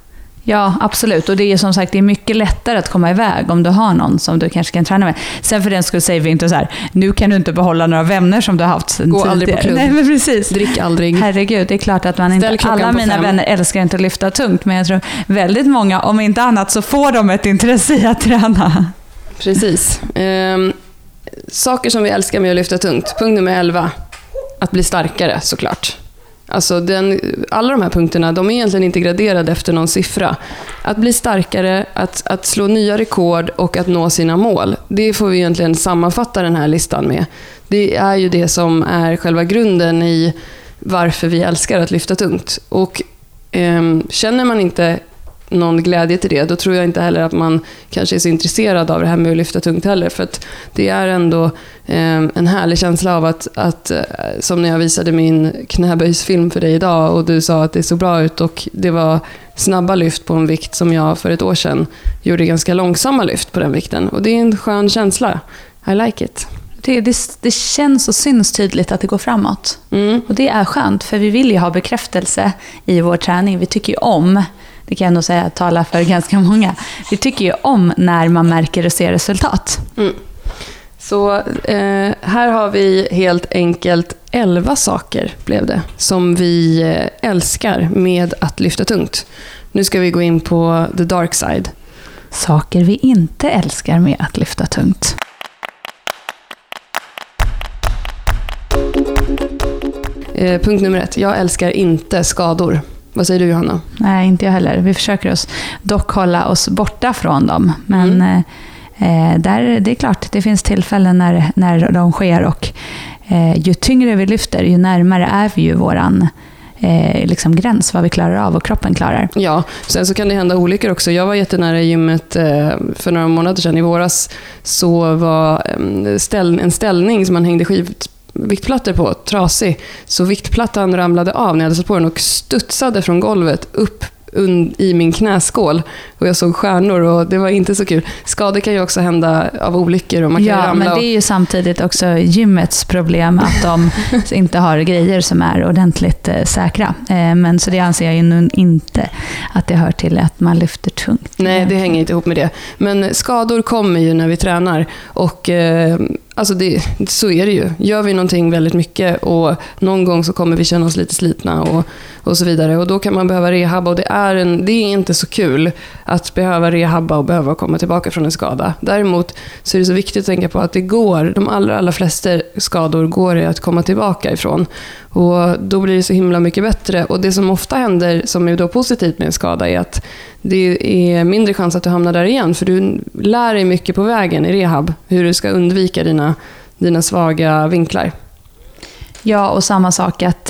Ja, absolut. Och det är som sagt, det är mycket lättare att komma iväg om du har någon som du kanske kan träna med. Sen för den skulle säga vi inte så här, nu kan du inte behålla några vänner som du har haft sen tidigare. Gå aldrig på klubb. Nej, men precis. Drick aldrig. Herregud, det är klart att man inte, alla mina vänner älskar inte att lyfta tungt, men jag tror väldigt många, om inte annat så får de ett intresse i att träna. Precis. Saker som vi älskar med att lyfta tungt. Punkt nummer 11. Att bli starkare, såklart. Alltså alla de här punkterna, de är egentligen inte graderade efter någon siffra. Att bli starkare, att slå nya rekord och att nå sina mål. Det får vi egentligen sammanfatta den här listan med. Det är ju det som är själva grunden i varför vi älskar att lyfta tungt. Och känner man inte någon glädje till det, då tror jag inte heller att man kanske är så intresserad av det här med att lyfta tungt heller. För att det är ändå en härlig känsla av att som när jag visade min knäböjsfilm för dig idag och du sa att det såg bra ut och det var snabba lyft på en vikt som jag för ett år sedan gjorde ganska långsamma lyft på den vikten. Och det är en skön känsla. I like it. Det känns och syns tydligt att det går framåt. Och det är skönt, för vi vill ju ha bekräftelse i vår träning. Vi tycker ju om, det kan jag nog säga, tala för ganska många. Vi tycker ju om när man märker och ser resultat. Så här har vi helt enkelt 11 saker blev det som vi älskar med att lyfta tungt. Nu ska vi gå in på the dark side. Saker vi inte älskar med att lyfta tungt. Punkt nummer 1. Jag älskar inte skador. Vad säger du, Johanna? Nej, inte jag heller. Vi försöker oss dock hålla oss borta från dem. Men det är klart, det finns tillfällen när de sker. Och ju tyngre vi lyfter, ju närmare är vi ju våran liksom gräns, vad vi klarar av och kroppen klarar. Ja, sen så kan det hända olyckor också. Jag var jättenära i gymmet för några månader sedan. I våras så var en ställning som man hängde viktplattor på, trasig. Så viktplattan ramlade av när jag hade satt på den och studsade från golvet upp i min knäskål. Och jag såg stjärnor och det var inte så kul. Skador kan ju också hända av olyckor. Och man kan ramla men det är ju samtidigt också gymmets problem att de inte har grejer som är ordentligt säkra. Men så det anser jag ju inte att det hör till att man lyfter tungt. Nej, det hänger inte ihop med det. Men skador kommer ju när vi tränar och alltså så är det ju. Gör vi någonting väldigt mycket och någon gång så kommer vi känna oss lite slitna och så vidare. Och då kan man behöva rehabba och det är inte så kul att behöva rehabba och behöva komma tillbaka från en skada. Däremot så är det så viktigt att tänka på att det går, de allra flesta skador går det att komma tillbaka ifrån. Och då blir det så himla mycket bättre. Och det som ofta händer som är då positivt med en skada är att det är mindre chans att du hamnar där igen. För du lär dig mycket på vägen i rehab. Hur du ska undvika dina svaga vinklar. Ja, och samma sak att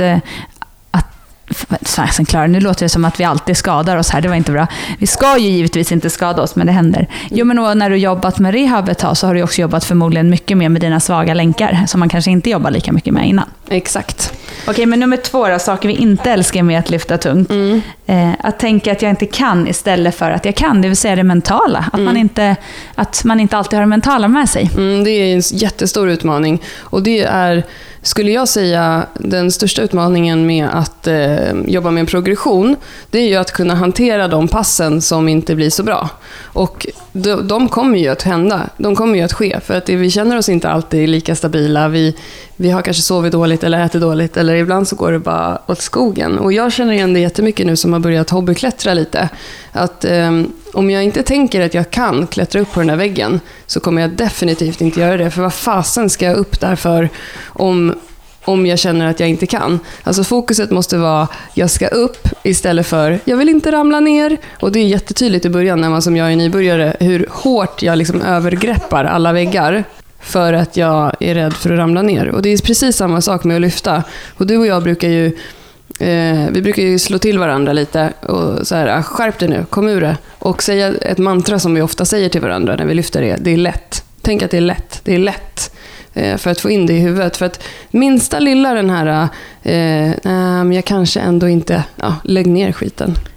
nu låter det som att vi alltid skadar oss här, det var inte bra. Vi ska ju givetvis inte skada oss, men det händer. Jo, men när du jobbat med rehab ett tag så har du också jobbat förmodligen mycket mer med dina svaga länkar som man kanske inte jobbar lika mycket med innan. Exakt. Okej, men nummer 2 då, saker vi inte älskar med att lyfta tungt. Att tänka att jag inte kan istället för att jag kan, det vill säga det mentala. Att man inte alltid har det mentala med sig. Det är en jättestor utmaning. Och det är, skulle jag säga, den största utmaningen med att jobba med en progression. Det är ju att kunna hantera de passen som inte blir så bra. Och de kommer ju att hända. De kommer ju att ske. För att vi känner oss inte alltid lika stabila. Vi har kanske sovit dåligt eller ätit dåligt. Eller ibland så går det bara åt skogen. Och jag känner igen det jättemycket nu som har börjat hobbyklättra lite. Att om jag inte tänker att jag kan klättra upp på den där väggen så kommer jag definitivt inte göra det. För vad fasen ska jag upp där för om jag känner att jag inte kan. Alltså fokuset måste vara jag ska upp istället för jag vill inte ramla ner. Och det är jättetydligt i början när man som jag är nybörjare hur hårt jag liksom övergreppar alla väggar för att jag är rädd för att ramla ner. Och det är precis samma sak med att lyfta. Och du och jag brukar ju slå till varandra lite och så här, skärp dig nu, kom ur det. Och säga ett mantra som vi ofta säger till varandra när vi lyfter det. Det är lätt. Tänk att det är lätt. För att få in det i huvudet. För att minsta lilla den här jag kanske ändå inte lägg ner skiten.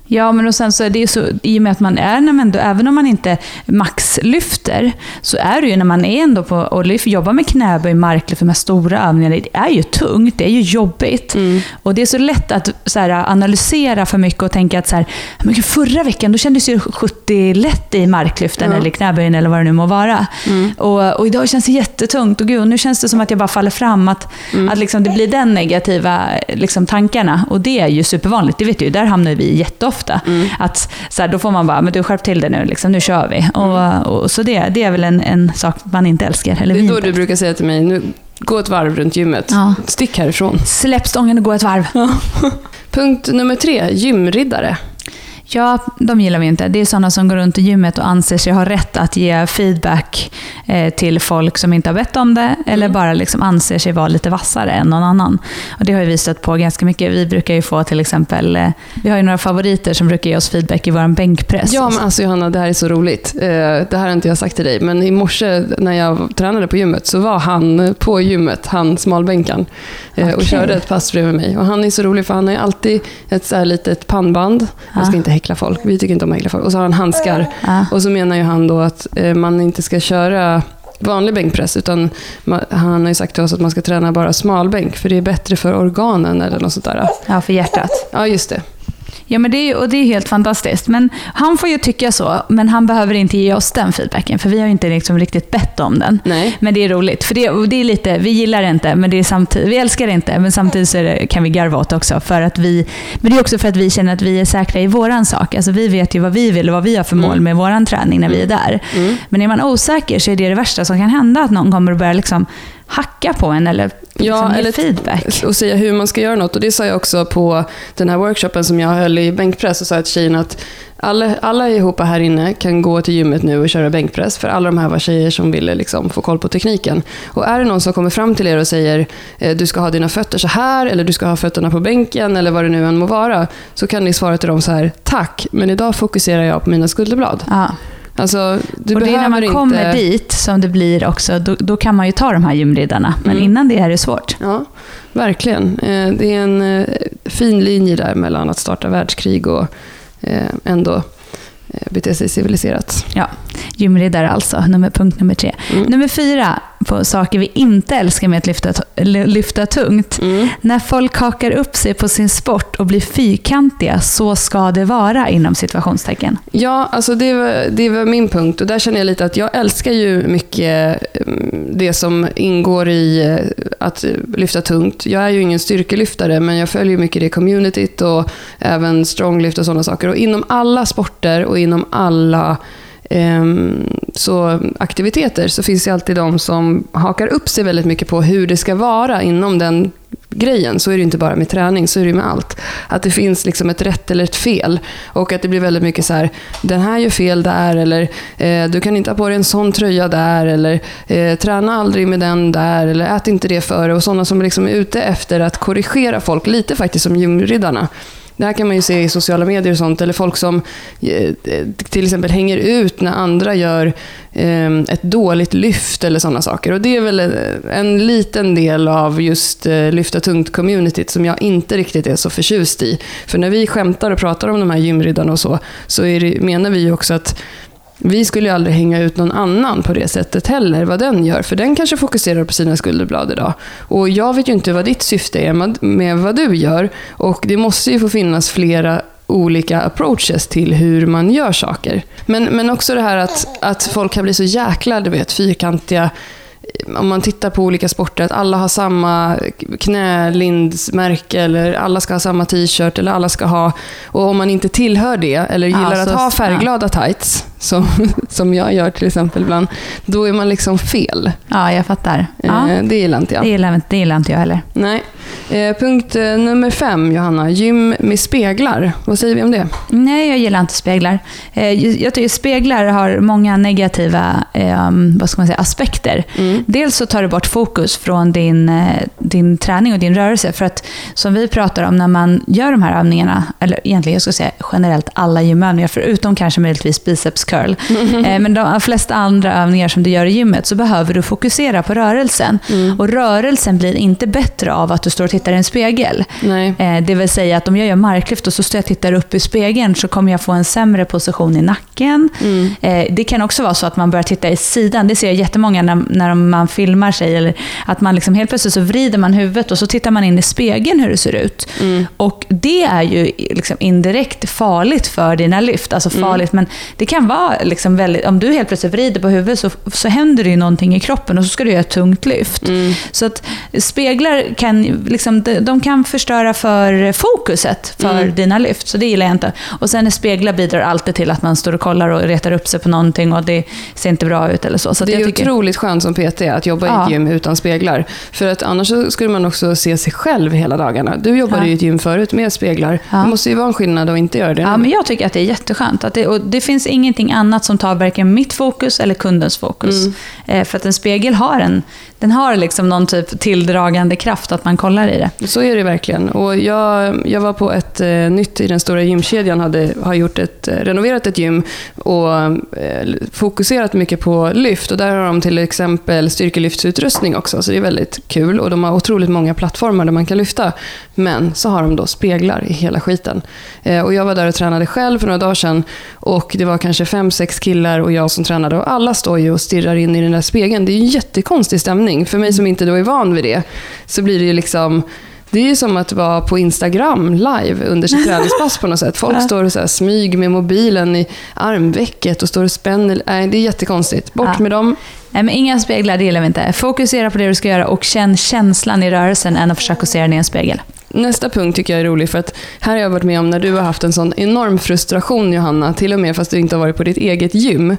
Ja, men och sen så är det ju så, i och med att man är, även om man inte maxlyfter, så är det ju när man är ändå på och jobbar med knäböj, marklyft, de här stora övningarna, det är ju tungt, det är ju jobbigt. Och det är så lätt att så här, analysera för mycket och tänka att så här, men förra veckan då kändes ju 70 lätt i marklyften eller knäböjen eller vad det nu må vara. Och idag känns det jättetungt och gud, nu känns det som att jag bara faller fram, att liksom det blir den negativa liksom, tankarna, och det är ju supervanligt, det vet du, där hamnar vi jätteofta. Att så här, då får man bara, men du skärp till det nu, liksom, nu kör vi. Och så det är väl en sak man inte älskar. Eller det är då du brukar säga till mig, nu gå ett varv runt gymmet. Stick härifrån. Släpp stången och gå ett varv. Punkt nummer 3, gymriddare. Ja, de gillar vi inte. Det är sådana som går runt i gymmet och anser sig ha rätt att ge feedback till folk som inte har bett om det, eller bara liksom anser sig vara lite vassare än någon annan. Och det har vi stött på ganska mycket. Vi brukar ju få till exempel, vi har ju några favoriter som brukar ge oss feedback i vår bänkpress. Ja, men alltså Johanna, det här är så roligt. Det här har inte jag sagt till dig, men i morse när jag tränade på gymmet så var han på gymmet, han smalbänkan, och körde ett pass bredvid mig. Och han är så rolig för han har ju alltid ett så här litet pannband. Jag ska inte häckla folk, vi tycker inte om att häckla folk. Och så har han handskar. Och så menar ju han då att man inte ska köra vanlig bänkpress, utan han har ju sagt till oss att man ska träna bara smalbänk, för det är bättre för organen eller något sånt där. Ja, för hjärtat. Ja, just det. Ja, men det är helt fantastiskt. Men han får ju tycka så, men han behöver inte ge oss den feedbacken, för vi har ju inte liksom riktigt bett om den. Nej. Men det är roligt, för det är lite, vi gillar det inte, men det är samtidigt, vi älskar det inte, men samtidigt så kan vi garva åt också, för att men det är också för att vi känner att vi är säkra i våran sak. Alltså vi vet ju vad vi vill och vad vi har för mål med våran träning när vi är där. Men är man osäker så är det värsta som kan hända, att någon kommer att börja liksom hacka på en eller liksom ge feedback. Och säga hur man ska göra något. Och det sa jag också på den här workshopen som jag höll i bänkpress, och sa till tjejerna att alla ihop här inne kan gå till gymmet nu och köra bänkpress, för alla de här var tjejer som ville liksom få koll på tekniken. Och är det någon som kommer fram till er och säger du ska ha dina fötter så här, eller du ska ha fötterna på bänken, eller vad det nu än må vara, så kan ni svara till dem så här: tack, men idag fokuserar jag på mina skulderblad. Ja. Alltså, och det är när man kommer dit som det blir också, då kan man ju ta de här gymriddarna, men innan det är det svårt. Ja, verkligen. Det är en fin linje där mellan att starta världskrig och ändå bete sig civiliserat. Ja, gymriddare alltså, punkt nummer 3. Nummer 4 på saker vi inte älskar med att lyfta tungt. När folk hakar upp sig på sin sport och blir fyrkantiga, så ska det vara inom situationstecken. Ja, alltså det var min punkt, och där känner jag lite att jag älskar ju mycket det som ingår i att lyfta tungt. Jag är ju ingen styrkelyftare, men jag följer mycket det communityt och även stronglyft och sådana saker. Och inom alla sporter och inom alla så aktiviteter så finns det alltid de som hakar upp sig väldigt mycket på hur det ska vara inom den grejen. Så är det inte bara med träning, så är det med allt. Att det finns liksom ett rätt eller ett fel, och att det blir väldigt mycket så här: den här gör fel där, eller du kan inte ha på dig en sån tröja där, eller träna aldrig med den där, eller ät inte det före, och sådana som liksom är ute efter att korrigera folk, lite faktiskt som gymriddarna. Det här kan man ju se i sociala medier och sånt, eller folk som till exempel hänger ut när andra gör ett dåligt lyft eller sådana saker. Och det är väl en liten del av just lyfta tungt-communityt som jag inte riktigt är så förtjust i. För när vi skämtar och pratar om de här gymriddarna och så menar vi ju också att vi skulle ju aldrig hänga ut någon annan på det sättet heller, vad den gör. För den kanske fokuserar på sina skulderblad idag. Och jag vet ju inte vad ditt syfte är med vad du gör. Och det måste ju få finnas flera olika approaches till hur man gör saker. Men också det här att folk kan bli så jäkla, du vet, fyrkantiga. Om man tittar på olika sporter, att alla har samma knälindsmärke, eller alla ska ha samma t-shirt, eller alla ska ha, och om man inte tillhör det eller gillar att ha färgglada tights som jag gör till exempel ibland, då är man liksom fel. Ja, jag fattar. Ja. Det gillar inte jag. Det gillar inte jag heller. Nej. Punkt nummer 5, Johanna. Gym med speglar. Vad säger vi om det? Nej, jag gillar inte speglar. Jag tycker speglar har många negativa aspekter. Dels så tar det bort fokus från din träning och din rörelse. För att som vi pratar om när man gör de här övningarna, eller egentligen jag ska säga generellt alla gymövningar, förutom kanske möjligtvis biceps curl. Men de flesta andra övningar som du gör i gymmet så behöver du fokusera på rörelsen. Och rörelsen blir inte bättre av att du står och tittar i en spegel. Nej. Det vill säga att om jag gör marklyft och så står jag och tittar upp i spegeln så kommer jag få en sämre position i nacken. Det kan också vara så att man börjar titta i sidan. Det ser jag jättemånga när man filmar sig. Eller att man liksom helt plötsligt så vrider man huvudet och så tittar man in i spegeln hur det ser ut. Och det är ju liksom indirekt farligt för dina lyft. Alltså farligt, men det kan vara liksom väldigt... Om du helt plötsligt vrider på huvudet så händer det ju någonting i kroppen och så ska du göra ett tungt lyft. Så att speglar kan liksom, de kan förstöra för fokuset för dina lyft. Så det gillar jag inte. Och sen speglar bidrar alltid till att man står och kollar och retar upp sig på någonting och det ser inte bra ut eller så. Så det är jag otroligt skönt som PT att jobba i ett gym utan speglar. För att annars så skulle man också se sig själv hela dagarna. Du jobbade i ett gym förut med speglar. Det måste ju vara en skillnad att inte göra det. Ja, men jag tycker att det är jätteskönt. Och det finns ingenting annat som tar varken mitt fokus eller kundens fokus. För att en spegel har liksom någon typ tilldragande kraft att man kollar i det. Så är det verkligen. Och jag var på ett nytt i den stora gymkedjan, har renoverat ett gym och fokuserat mycket på lyft. Och där har de till exempel styrkelyftsutrustning också, så det är väldigt kul. Och de har otroligt många plattformar där man kan lyfta. Men så har de då speglar i hela skiten. Och jag var där och tränade själv för några dagar sedan. Och det var kanske 5-6 killar och jag som tränade. Och alla står ju och stirrar in i den där spegeln. Det är en jättekonstig stämning. För mig som inte då är van vid det, så blir det ju liksom... Det är ju som att vara på Instagram live under sitt träningspass på något sätt. Folk står och så här smyg med mobilen i armvecket och står och spänner. Nej, det är jättekonstigt. Bort med dem. Nej, men inga speglar, det gillar vi inte. Fokusera på det du ska göra och känn känslan i rörelsen än att försöka se den i en spegel. Nästa punkt tycker jag är rolig, för att här har jag varit med om när du har haft en sån enorm frustration, Johanna, till och med fast du inte har varit på ditt eget gym.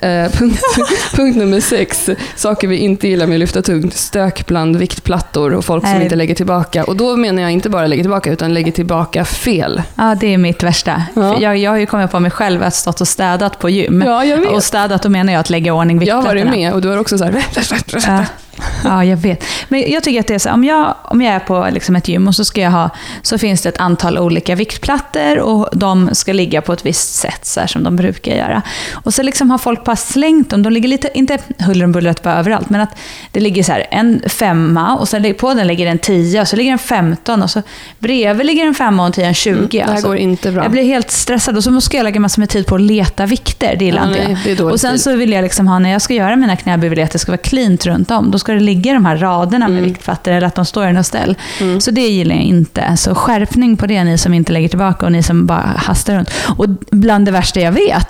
Punkt nummer 6, saker vi inte gillar med att lyfta tungt: stök bland viktplattor och folk som inte lägger tillbaka. Och då menar jag inte bara lägger tillbaka, utan lägger tillbaka fel. Ja, det är mitt värsta. Ja. Jag har ju kommit på mig själv att stått och städat på gym. Ja, jag vet. Och städat, då menar jag att lägga ordning viktplattorna. Jag har varit med och du har också så här... Ja, jag vet. Men jag tycker att det är så, om jag är på liksom ett gym och så finns det ett antal olika viktplattor och de ska ligga på ett visst sätt så här som de brukar göra. Och så liksom har folk bara slängt dem. De ligger lite, inte huller och bullret bara överallt, men att det ligger så här en 5 och sen på den ligger en 10 och så ligger en 15 och så bredvid ligger en 5 och en 10 en 20. Det här går inte bra. Jag blir helt stressad och så måste jag lägga massor med tid på att leta vikter. Det gillar inte jag. Och sen så vill jag liksom ha, när jag ska göra mina knäböj, vill jag att det ska vara cleant runt om. Då ska det ligga de här raderna med viktplattor eller att de står i något ställ. Så det gillar jag inte. Så skärpning på det, ni som inte lägger tillbaka och ni som bara hastar runt. Och bland det värsta jag vet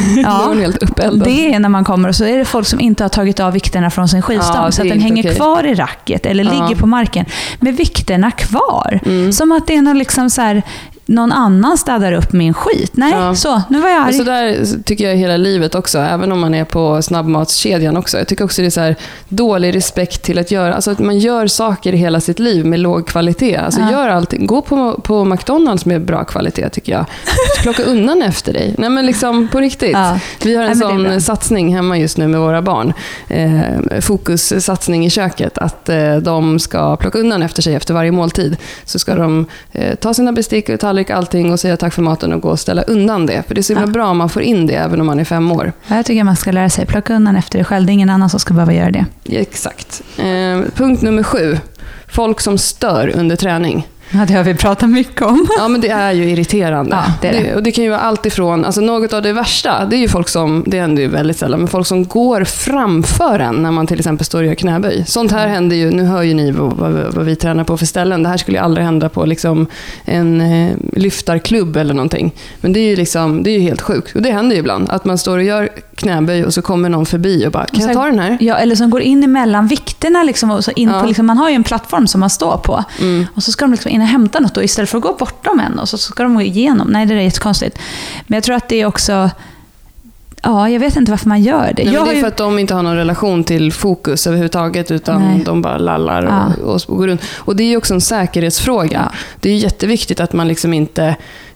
det är när man kommer och så är det folk som inte har tagit av vikterna från sin skivstång så att den hänger kvar i racket eller ligger på marken med vikterna kvar. Som att det är någon liksom så här, någon annan städar upp min skit. Nej, så, nu var jag arg. Så där tycker jag hela livet också, även om man är på snabbmatskedjan också. Jag tycker också det är så här dålig respekt till att göra, alltså att man gör saker i hela sitt liv med låg kvalitet. Alltså gör allting. Gå på McDonalds med bra kvalitet, tycker jag. Plocka undan efter dig. Nej, men liksom på riktigt. Vi har en sån satsning hemma just nu med våra barn. Fokussatsning i köket. Att de ska plocka undan efter sig efter varje måltid. Så ska de ta sina bestick och tallrik, allting och säga tack för maten och gå och ställa undan det. För det är så bra om man får in det även om man är 5 år. Jag tycker man ska lära sig plocka undan efter dig själv. Det är ingen annan som ska behöva göra det. Exakt. Punkt nummer 7. Folk som stör under träning. Ja, det har vi pratat mycket om. Ja, men det är ju irriterande. Ja, det är det. Och det kan ju vara allt ifrån, alltså något av det värsta, det är ju folk som, det händer ju väldigt sällan, men folk som går framför en när man till exempel står och gör knäböj. Sånt här händer ju, nu hör ju ni vad vi tränar på för ställen. Det här skulle ju aldrig hända på liksom en lyftarklubb eller någonting. Men det är ju liksom, det är ju helt sjukt. Och det händer ju ibland, att man står och gör knäböj och så kommer någon förbi och bara, kan jag ta den här? Ja, eller som går in emellan vikterna liksom, och så in på, liksom, man har ju en plattform som man står på. Och så ska de liksom in och hämta något då, istället för att gå bortom en och så ska de gå igenom. Nej, det är jättekonstigt. Men jag tror att det är också... Ja, jag vet inte varför man gör det. Nej, det är för att de inte har någon relation till fokus överhuvudtaget, utan de bara lallar och går runt. Och det är ju också en säkerhetsfråga. Ja. Det är jätteviktigt att man liksom inte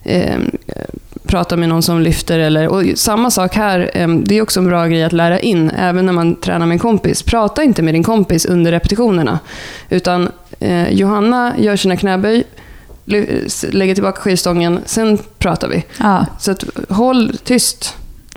pratar med någon som lyfter. Och samma sak här, det är också en bra grej att lära in, även när man tränar med en kompis. Prata inte med din kompis under repetitionerna. Utan Johanna gör sina knäböj, lägger tillbaka skivstången, sen pratar vi. Ja. Så att håll tyst.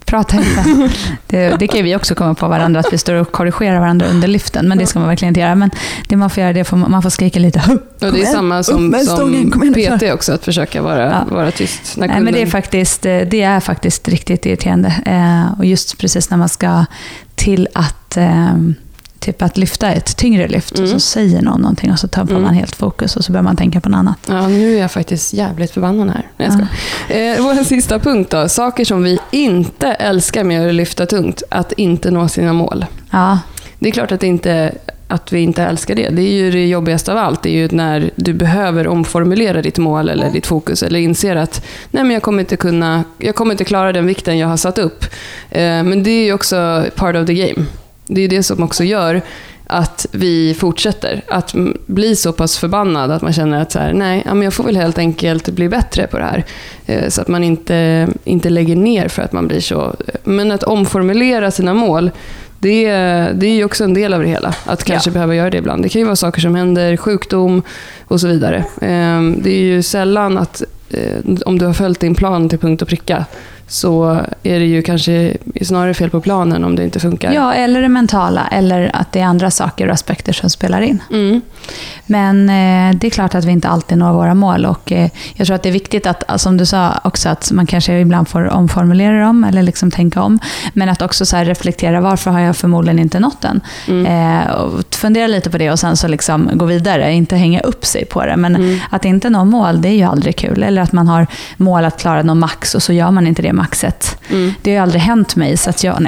Prata inte. Det kan vi också komma på varandra, att vi står och korrigerar varandra under lyften, men det ska man verkligen inte göra. Men det man får göra, man får skrika lite. Och det är samma som PT också, att försöka vara tyst när kunden... Nej, men det är faktiskt riktigt irriterande. Och just precis när man ska till att typ att lyfta ett tyngre lyft och så säger någon någonting och så tappar man helt fokus och så börjar man tänka på något annat. Ja, nu är jag faktiskt jävligt förbannad här. Nej, jag ska. Vår sista punkt då. Saker som vi inte älskar med att lyfta tungt. Att inte nå sina mål. Ja. Det är klart att vi inte älskar det. Det är ju det jobbigaste av allt. Det är ju när du behöver omformulera ditt mål eller ditt fokus. Eller inser att nej, men jag kommer inte klara den vikten jag har satt upp. Men det är ju också part of the game. Det är det som också gör att vi fortsätter. Att bli så pass förbannad att man känner att så här, nej, men jag får väl helt enkelt bli bättre på det här. Så att man inte lägger ner för att man blir så. Men att omformulera sina mål, det är ju också en del av det hela. Att kanske behöva göra det ibland. Det kan ju vara saker som händer, sjukdom och så vidare. Det är ju sällan att om du har följt din plan till punkt och pricka, så är det ju kanske snarare fel på planen om det inte funkar. Ja, eller det mentala, eller att det är andra saker och aspekter som spelar in. Men det är klart att vi inte alltid når våra mål, och jag tror att det är viktigt att, som du sa också, att man kanske ibland får omformulera dem eller liksom tänka om, men att också så här reflektera, varför har jag förmodligen inte nått den? Och fundera lite på det och sen så liksom gå vidare, inte hänga upp sig på det, men att inte nå mål, det är ju aldrig kul. Eller att man har mål att klara någon max och så gör man inte det maxet. Det har ju aldrig hänt mig, så att nej,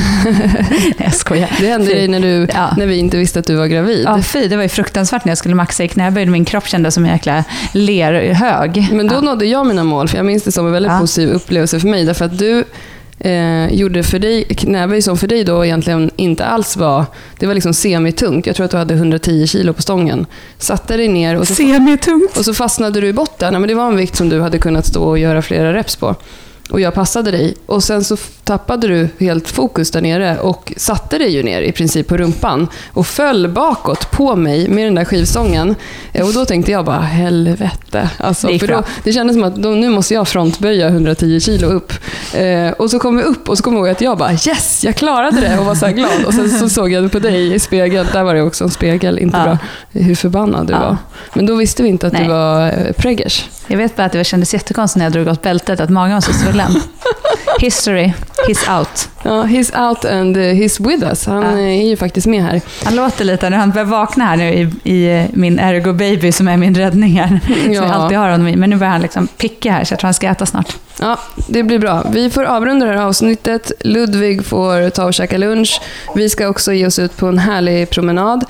jag skojar. Det hände dig när vi inte visste att du var gravid. Ja, det var ju fruktansvärt när jag skulle maxa i knäböj. Min kropp kände som en jäkla lerhög. Men då nådde jag mina mål, för jag minns det som en väldigt positiv upplevelse för mig, därför att du gjorde för dig knäböj som för dig då egentligen inte alls var, det var liksom semitungt. Jag tror att du hade 110 kilo på stången. Satte dig ner och så fastnade du i botten. Men det var en vikt som du hade kunnat stå och göra flera reps på. Och jag passade dig. Och sen så tappade du helt fokus där nere och satte dig ju ner i princip på rumpan och föll bakåt på mig med den där skivstången. Och då tänkte jag bara, helvete. Alltså, det kändes som att nu måste jag frontböja 110 kilo upp. Och så kom vi upp och så kom jag ihåg att jag bara, yes, jag klarade det och var så här glad. Och sen så såg jag på dig i spegeln. Där var det också en spegel, inte bra hur förbannad du var. Men då visste vi inte att du var preggers. Jag vet bara att det kändes jättekonstigt när jag drog åt bältet, att magen var så svullen. History, he's out. Ja, he's out and he's with us. Han är ju faktiskt med här. Han låter lite när han börjar vakna här nu i min Ergo Baby som är min räddning här. Som jag alltid har honom i. Men nu börjar han liksom picka här, så jag tror han ska äta snart. Ja, det blir bra. Vi får avrunda det här avsnittet. Ludvig får ta och käka lunch. Vi ska också ge oss ut på en härlig promenad.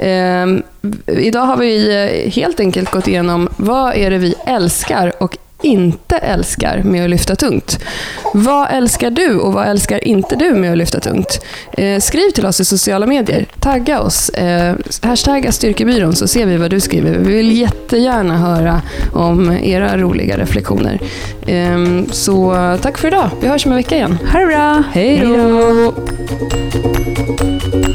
Idag har vi helt enkelt gått igenom vad är det vi älskar och inte älskar med att lyfta tungt. Vad älskar du och vad älskar inte du med att lyfta tungt? Skriv till oss i sociala medier. Tagga oss. Hashtagga Styrkebyrån så ser vi vad du skriver. Vi vill jättegärna höra om era roliga reflektioner. Så tack för idag. Vi hörs om en vecka igen. Ha det bra. Hej då.